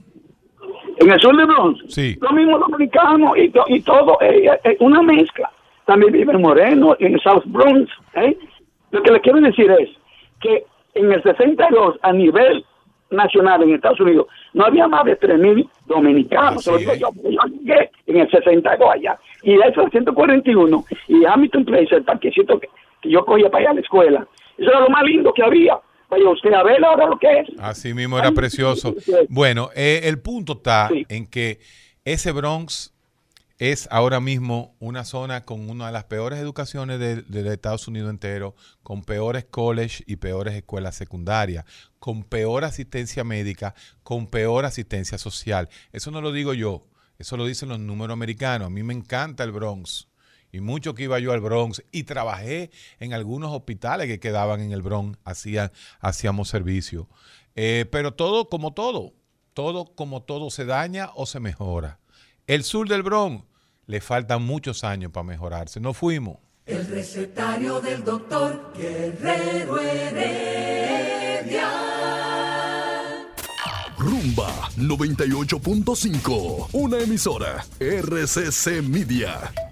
En el sur del Bronx, sí. Los mismos dominicanos y, to, y todo, eh, eh, una mezcla. También vive en Moreno, en el South Bronx. ¿eh? Lo que le quiero decir es que en el sesenta y dos, a nivel nacional en Estados Unidos, no había más de tres mil dominicanos. Sobre todo yo, yo llegué en el sesenta y dos allá. Y eso es ciento cuarenta y uno. Y Hamilton Place, el parquecito que, que yo cogía para allá a la escuela. Eso era lo más lindo que había. Vaya usted a ver ahora lo que es. Así mismo era precioso. Bueno, eh, el punto está sí. en que ese Bronx es ahora mismo una zona con una de las peores educaciones de, de, de Estados Unidos entero, con peores colleges y peores escuelas secundarias, con peor asistencia médica, con peor asistencia social. Eso no lo digo yo, eso lo dicen los números americanos. A mí me encanta el Bronx. Y mucho que iba yo al Bronx y trabajé en algunos hospitales que quedaban en el Bronx, hacían, hacíamos servicio. Eh, pero todo como todo, todo como todo se daña o se mejora. El sur del Bronx le faltan muchos años para mejorarse. No fuimos. El recetario del doctor Guerrero Heredia. Rumba noventa y ocho punto cinco, una emisora R C C Media.